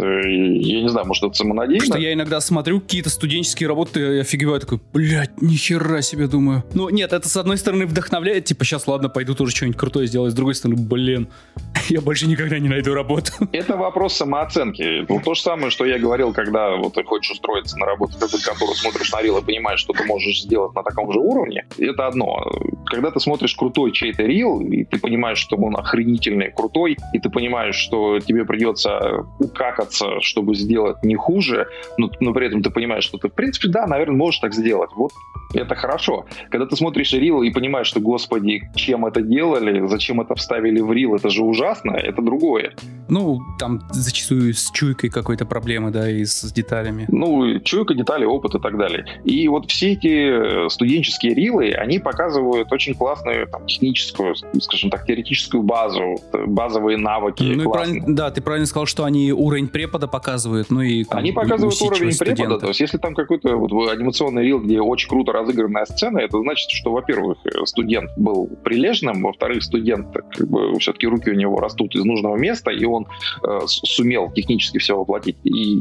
Я не знаю, может, это самонадеянно. Что я иногда смотрю какие-то студенческие работы, я офигеваю, такой, блядь, нихера себе, думаю. Ну, нет, это с одной стороны вдохновляет, типа, сейчас, ладно, пойду тоже что-нибудь крутое сделаю, с другой стороны, блин, я больше никогда не найду работу. Это вопрос самооценки. Ну, то же самое, что я говорил, когда вот ты хочешь устроиться на работу в какую-то контору, смотришь на рил и понимаешь, что ты можешь сделать на таком же уровне, это одно. Когда ты смотришь крутой чей-то рил, и ты понимаешь, что он охренительный, крутой, и ты понимаешь, что тебе придется укакаться, чтобы сделать не хуже, но, но при этом ты понимаешь, что ты, в принципе, да, наверное, можешь так сделать. Вот это хорошо. Когда ты смотришь рил и понимаешь, что, господи, чем это делали, зачем это вставили в рил, это же ужасно, это другое. Ну, там зачастую с чуйкой какой-то проблемы, да, и с деталями. Ну, чуйка, детали, опыт и так далее. И вот все эти студенческие рилы, они показывают очень классную там, техническую, скажем так, теоретическую базу, базовые навыки. Ну, и правильно, да, ты правильно сказал, что они уровень препода показывают, ну и там, они показывают уровень студента. препода, то есть если там какой-то вот, анимационный рил, где очень круто разыгранная сцена, это значит, что, во-первых, студент был прилежным, во-вторых, студент, как бы, все-таки руки у него растут из нужного места, и он э, сумел технически все воплотить. И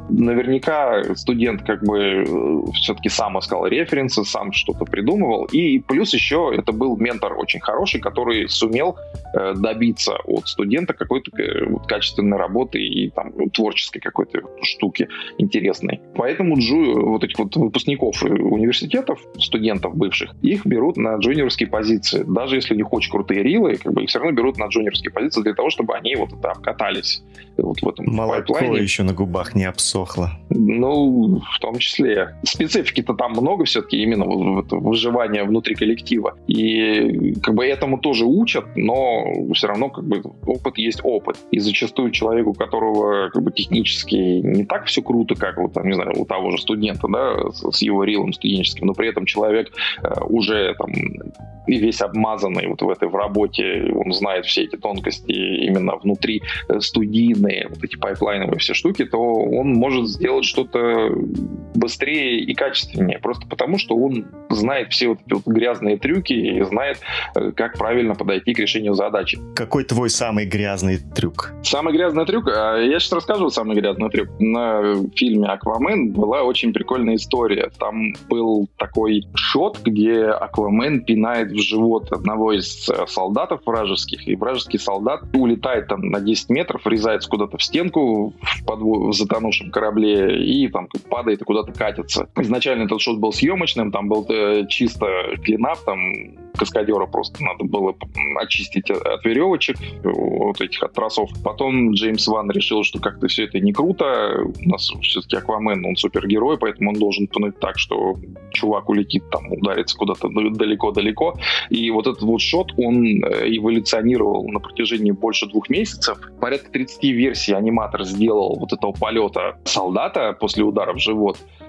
наверняка студент как бы э, все-таки сам искал референсы, сам что-то придумывал, и плюс еще это был ментор очень хороший, который сумел э, добиться от студента какой-то э, вот, качественной работы и там, творческой какой-то штуки интересной. Поэтому джу, вот этих вот выпускников университетов, студентов бывших, их берут на джуниорские позиции. Даже если у них очень крутые рилы, как бы их все равно берут на джуниорские позиции для того, чтобы они вот это обкатались вот в этом молоко пайплайне. Еще на губах не обсохло. Ну, в том числе. Специфики-то там много все-таки именно вот, вот, выживания внутри коллектива. И как бы этому тоже учат, но все равно как бы опыт есть опыт. И зачастую человеку, у которого как бы технически не так все круто, как вот там, не знаю, у того же студента, да, с, с его рилом студенческим, но при этом человек э, уже там и весь обмазанный вот в этой в работе, он знает все эти тонкости именно внутри студийные, вот эти пайплайновые все штуки, то он может сделать что-то быстрее и качественнее, просто потому что он знает все вот эти вот грязные трюки и знает, как правильно подойти к решению задачи. Какой твой самый грязный трюк? Самый грязный трюк? Я сейчас расскажу самый грязный трюк. На фильме «Аквамен» была очень прикольная история. Там был такой шот, где Аквамен пинает в живот одного из солдатов вражеских, и вражеский солдат улетает там на десять метров, врезается куда-то в стенку в, подво... в затонувшем корабле и там падает и куда-то катится. Изначально этот шот был съемочным, там был чисто клинап, там каскадера просто надо было очистить от веревочек, вот этих от тросов. Потом Джеймс Ван решил, что как-то все это не круто. У нас все-таки Аквамен, он супергерой, поэтому он должен пнуть так, что чувак улетит там, ударится куда-то далеко-далеко. И вот этот вот шот, он эволюционировал на протяжении больше двух месяцев. Порядка тридцать версий аниматор сделал вот этого полета солдата после удара в живот.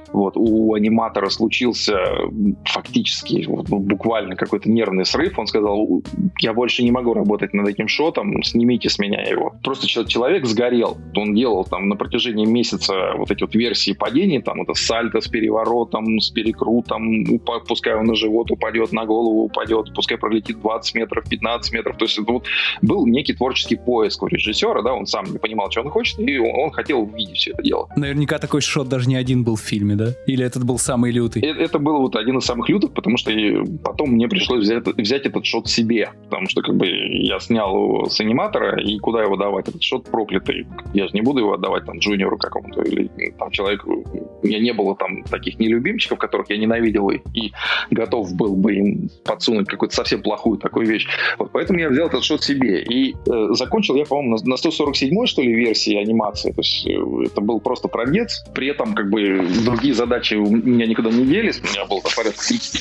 Вот, у аниматора случился фактически, вот, буквально какой-то нервный срыв. Он сказал: я больше не могу работать над этим шотом, снимите с меня его. Просто человек сгорел. Он делал там на протяжении месяца вот эти вот версии падений, там это сальто с переворотом, с перекрутом, пускай он на живот упадет, на голову упадет, пускай пролетит двадцать метров, пятнадцать метров. То есть это вот был некий творческий поиск у режиссера, да, он сам не понимал, что он хочет, и он, он хотел увидеть все это дело. Наверняка такой шот даже не один был в фильме, да? Или этот был самый лютый? Это, это был вот один из самых лютых, потому что потом мне пришлось взять, взять этот шот себе, потому что как бы я снял его с аниматора, и куда его давать? Этот шот проклятый. Я же не буду его отдавать там джуниору какому-то, или там человеку. У меня не было там таких нелюбимчиков, которых я ненавидел и, и готов был бы им подсунуть какую-то совсем плохую такую вещь. Вот поэтому я взял этот шот себе. И э, закончил я, по-моему, на, на сто сорок седьмой, что ли, версии анимации. То есть э, это был просто трындец. При этом как бы другие задачи у меня никуда не делись. У меня было порядка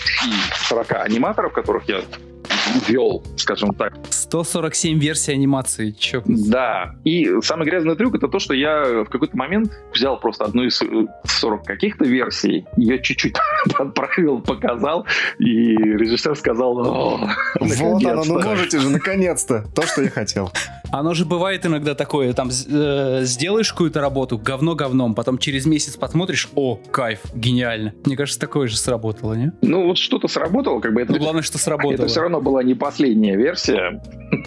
сорок аниматоров, которых я ввел, скажем так. сто сорок семь версий анимации. Чё? Да. И самый грязный трюк — это то, что я в какой-то момент взял просто одну из сорок каких-то версий, ее чуть-чуть отправил, показал, и режиссер сказал: о, вот оно, ну можете же, наконец-то, то, что я хотел. Оно же бывает иногда такое, там э, сделаешь какую-то работу, говно говном, потом через месяц посмотришь: о, кайф, гениально. Мне кажется, такое же сработало, не? Ну вот что-то сработало, как бы это... Ну, главное, что сработало. Это все равно была не последняя версия.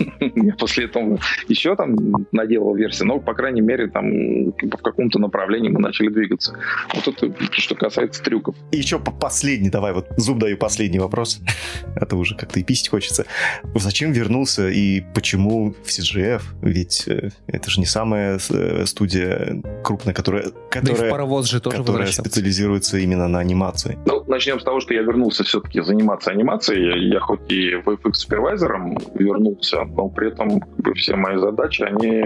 Я после этого еще там наделал версии, но, по крайней мере, там в каком-то направлении мы начали двигаться. Вот это что касается трюков. И еще последний, давай, вот зуб даю последний вопрос. Это уже как-то и писать хочется. Зачем вернулся и почему в си джи эф? Ведь это же не самая студия крупная, которая, которая, да и в паровоз же тоже которая специализируется именно на анимации. Ну, начнем с того, что я вернулся все-таки заниматься анимацией. Я хоть и ви эф экс-супервайзером вернулся, но при этом как бы, все мои задачи, они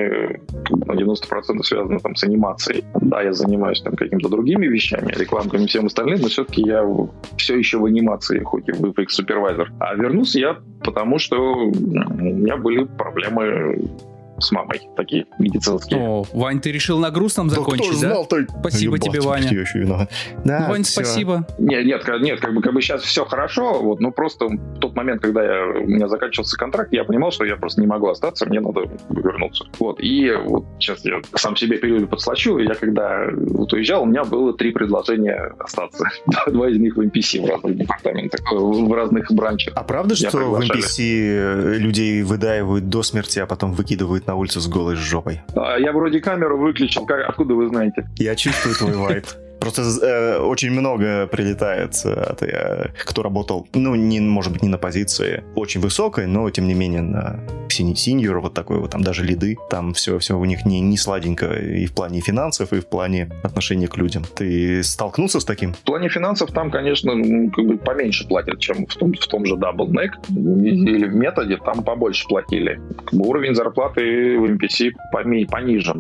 на девяносто процентов связаны там, с анимацией. Да, я занимаюсь там какими-то другими вещами, рекламками и всем остальным, но все-таки я все еще в анимации, хоть и ви эф экс-супервайзер. А вернулся я потому, что у меня были проблемы с мамой, такие медицинские. О, Вань, ты решил на грустном да закончить, кто знал, да? Той... Спасибо Ебать, тебе, Ваня. Я еще виноват. Да, ну, Вань, все. спасибо. Нет, нет, нет, как бы, как бы сейчас все хорошо, вот, но просто в тот момент, когда я, у меня заканчивался контракт, я понимал, что я просто не могу остаться, мне надо вернуться. Вот, и вот сейчас я сам себе период подслащу, и я когда вот уезжал, у меня было три предложения остаться. Два из них в эм пи си в разных департаментах, в разных бранчах. А правда, что в эм пи си людей выдаивают до смерти, а потом выкидывают на улицу с голой жопой? Я вроде камеру выключил, как, откуда вы знаете? Я чувствую твой вайб. Просто э, очень много прилетает от, э, кто работал, ну, не, может быть, не на позиции очень высокой, но, тем не менее, на синьор, вот такой вот, там даже лиды, там все, все у них не, не сладенько и в плане финансов, и в плане отношения к людям. Ты столкнулся с таким? В плане финансов там, конечно, как бы поменьше платят, чем в том, в том же Double Neck или в Методе, там побольше платили. Как бы уровень зарплаты в эм пи си пониже,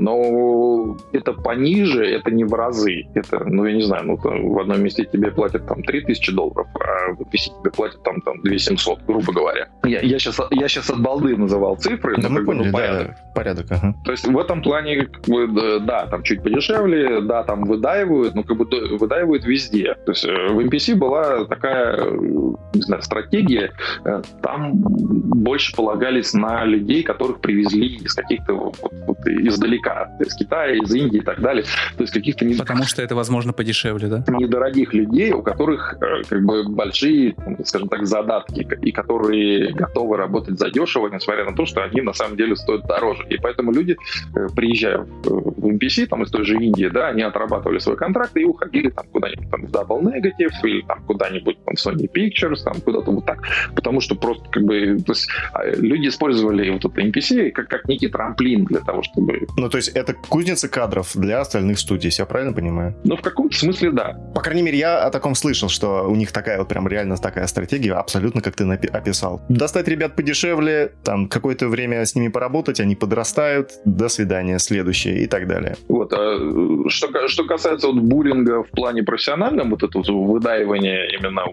но это пониже, это не в разы, это ну, я не знаю, ну, в одном месте тебе платят там три тысячи долларов, а в эм пи си тебе платят там, там две тысячи семьсот, грубо говоря. Я, я, сейчас, я сейчас от балды называл цифры, да, но мы как поняли, бы, ну, порядок. Да, порядок, ага. То есть в этом плане, как бы, да, там чуть подешевле, да, там выдаивают, но как бы выдаивают везде. То есть в эм пи си была такая, не знаю, стратегия, там больше полагались на людей, которых привезли из каких-то вот, вот, издалека, из Китая, из Индии и так далее. То есть каких-то не... Потому что это, возможно, подешевле, да? Недорогих людей, у которых как бы большие, скажем так, задатки, и которые готовы работать задешево, несмотря на то, что они на самом деле стоят дороже. И поэтому люди, приезжая в эм пи си, там, из той же Индии, да, они отрабатывали свой контракт и уходили там куда-нибудь там, в Double Negative или там куда-нибудь там, в Sony Pictures, там куда-то вот так. Потому что просто как бы то есть, люди использовали вот это эм пи си как, как некий трамплин для того, чтобы... Ну, то есть это кузница кадров для остальных студий, я правильно понимаю? Ну, в каком-то смысле, да. По крайней мере, я о таком слышал, что у них такая вот прям реально такая стратегия, абсолютно как ты напи- описал. Достать ребят подешевле, там какое-то время с ними поработать, они подрастают, до свидания, следующее и так далее. Вот. А что, что касается вот буллинга в плане профессиональном, вот это вот выдаивание именно вот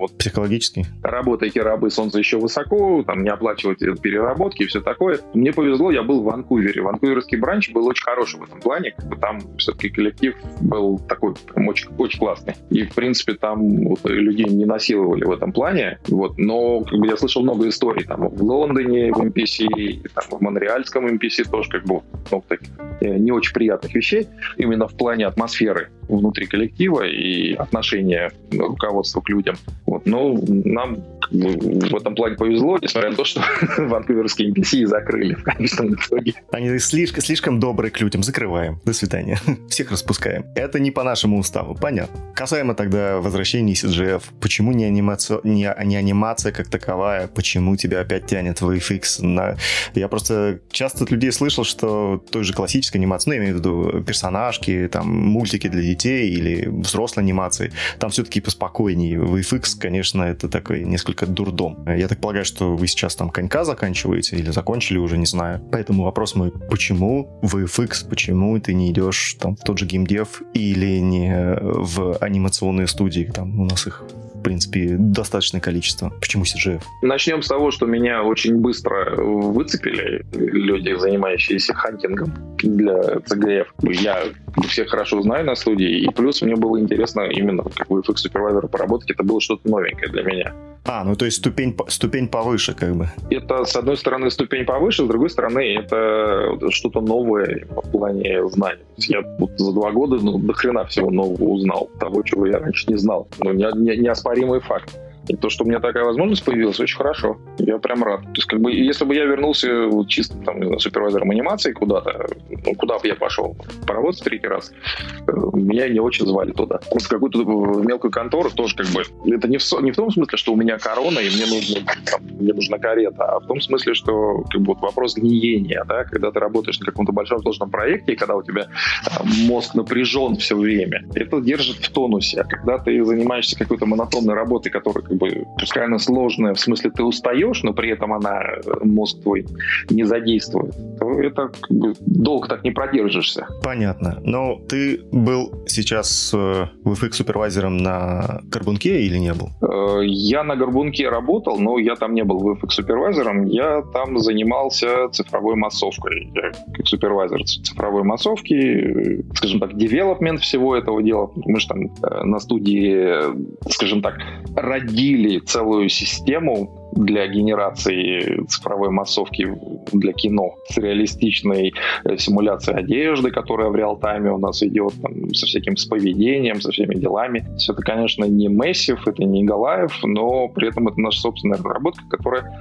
вот психологически. Работайте, рабы, солнце еще высоко, там не оплачивайте переработки и все такое. Мне повезло, я был в Ванкувере. Ванкуверский бранч был очень хороший в этом плане. Там все-таки коллектив был такой очень, очень классный. И, в принципе, там вот, людей не насиловали в этом плане. Вот. Но как бы, я слышал много историй. Там в Лондоне в эм пи си, там, в Монреальском эм пи си тоже как бы много таких не очень приятных вещей. Именно в плане атмосферы внутри коллектива и отношения руководства к людям. Вот. Но нам как бы, в этом плане повезло, несмотря на то, что ванкуверские эм пи си закрыли в конечном итоге. Они слишком, слишком добрые к людям. Закрываем. До свидания. Всех распускаем. Это не по нашему уставу. Понятно. Касаемо тогда возвращения си джи эф. Почему не анимация, не, не анимация как таковая? Почему тебя опять тянет в ви эф икс? На... Я просто часто от людей слышал, что той же классической анимации, ну, я имею в виду персонажки, там, мультики для детей или взрослой анимации, там все-таки поспокойнее. ви эф икс, конечно, это такой несколько дурдом. Я так полагаю, что вы сейчас там конька заканчиваете или закончили уже, не знаю. Поэтому вопрос мой, почему ви эф икс, почему ты не идешь там в тот же геймдев или не в анимационные студии, там у нас их в принципе, достаточное количество. Почему си джи эф? Начнем с того, что меня очень быстро выцепили люди, занимающиеся хантингом для си джи эф. Я всех хорошо знаю на студии, и плюс мне было интересно именно как ви эф икс-супервайзеру поработать. Это было что-то новенькое для меня. А, ну то есть ступень, ступень повыше как бы. Это, с одной стороны, ступень повыше, с другой стороны, это что-то новое в плане знаний. Я вот за два года ну, до хрена всего нового узнал, того, чего я раньше не знал. Ну, не, не, неоспоримый факт. И то, что у меня такая возможность появилась, очень хорошо. Я прям рад. То есть, как бы, если бы я вернулся вот, чисто там, не знаю, супервайзером анимации куда-то, ну, куда бы я пошел поработать в третий раз, меня не очень звали туда. Вот в какую-то мелкую контору тоже как бы... Это не в, не в том смысле, что у меня корона, и мне, нужно, там, мне нужна карета, а в том смысле, что как бы, вот, вопрос гниения, да, когда ты работаешь на каком-то большом сложном проекте, и когда у тебя а, мозг напряжен все время, это держит в тонусе. А когда ты занимаешься какой-то монотонной работой, которая как бы, пускай она сложная, в смысле ты устаешь, но при этом она, мозг твой не задействует, то это как бы, долго так не продержишься. Понятно. Но ты был сейчас э, ви эф икс-супервайзером на Горбунке или не был? Э, я на Горбунке работал, но я там не был ви эф икс-супервайзером, я там занимался цифровой массовкой. Я как супервайзер цифровой массовки, скажем так, девелопмент всего этого дела. Мы же там э, на студии, скажем так, родили целую систему для генерации цифровой массовки для кино с реалистичной симуляцией одежды, которая в реал-тайме у нас идет там, со всяким с поведением, со всеми делами. Все это, конечно, не Massive, это не Галаев, но при этом это наша собственная разработка, которая,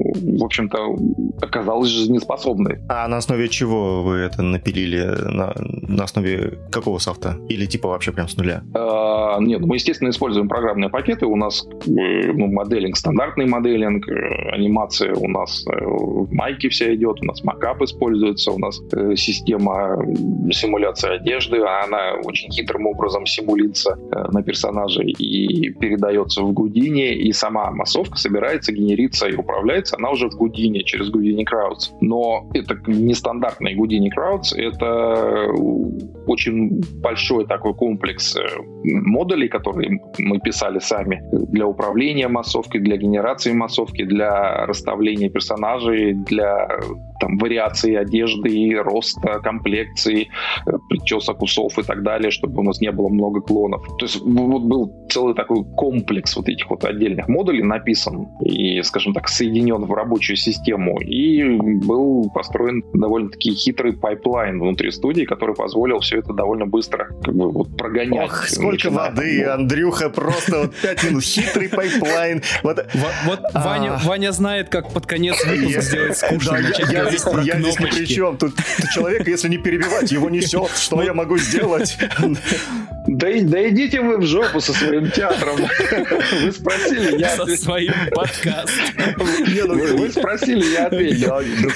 в общем-то, оказалась жизнеспособной. А на основе чего вы это напилили? На, на основе какого софта? Или типа вообще прям с нуля? А, нет, мы, естественно, используем программные пакеты. У нас ну, моделинг, стандартный моделинг, анимация у нас в майке вся идет, у нас макап используется, у нас система симуляции одежды, а она очень хитрым образом симулится на персонаже и передается в Houdini, и сама массовка собирается, генерится и управляется, она уже в Houdini, через Houdini Crowds. Но это не стандартный Houdini Crowds, это очень большой такой комплекс модулей, которые мы писали сами для управления массовкой, для генерации массовки, для расставления персонажей, для там, вариации одежды, роста, комплекции, причесок, усов и так далее, чтобы у нас не было много клонов. То есть вот был целый такой комплекс вот этих вот отдельных модулей написан и, скажем так, соединен в рабочую систему. И был построен довольно-таки хитрый пайплайн внутри студии, который позволил все это довольно быстро как бы, вот, прогонять. Ох, сколько воды, Андрюха, просто вот пять минут. Хитрый пайплайн. Вот, вот Ваня, Ваня знает, как под конец выпуска сделать скучно. Я здесь ни при чем. Тут человека, если не перебивать, его несет. Что я могу сделать? Да, да идите вы в жопу со своим театром. Вы спросили, я ответил. Со своим подкастом. Вы спросили, я ответил.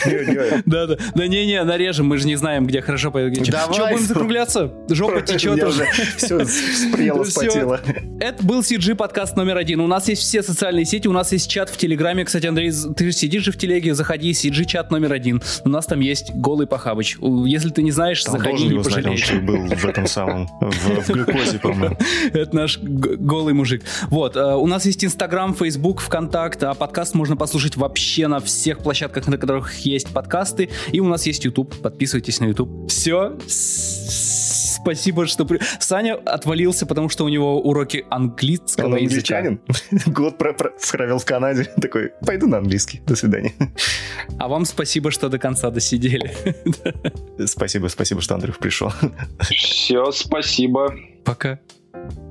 Да, да. Да не-не, нарежем, мы же не знаем, где хорошо пойдет. Что, будем закругляться? Жопа течет уже. Все, спрело, спотело. Это был си джи подкаст номер один. У нас есть все социальные сети, у нас есть чат в Телеграме. Кстати, Андрей, ты же сидишь же в Телеге, заходи, си джи чат номер один. У нас там есть Голый Похабыч. Если ты не знаешь, там заходи, не пожалеешь. Он был в этом самом, в, в глюкозе, по-моему. Это наш голый мужик. Вот, у нас есть Инстаграм, Фейсбук, ВКонтакт, а подкаст можно послушать вообще на всех площадках, на которых есть подкасты. И у нас есть YouTube. Подписывайтесь на YouTube. Все. Спасибо, что... При... Саня отвалился, потому что у него уроки английского Он языка. англичанин. Год провел в Канаде. Такой, пойду на английский. До свидания. А вам спасибо, что до конца досидели. Спасибо, спасибо, что Андрюх пришел. Все, спасибо. Пока.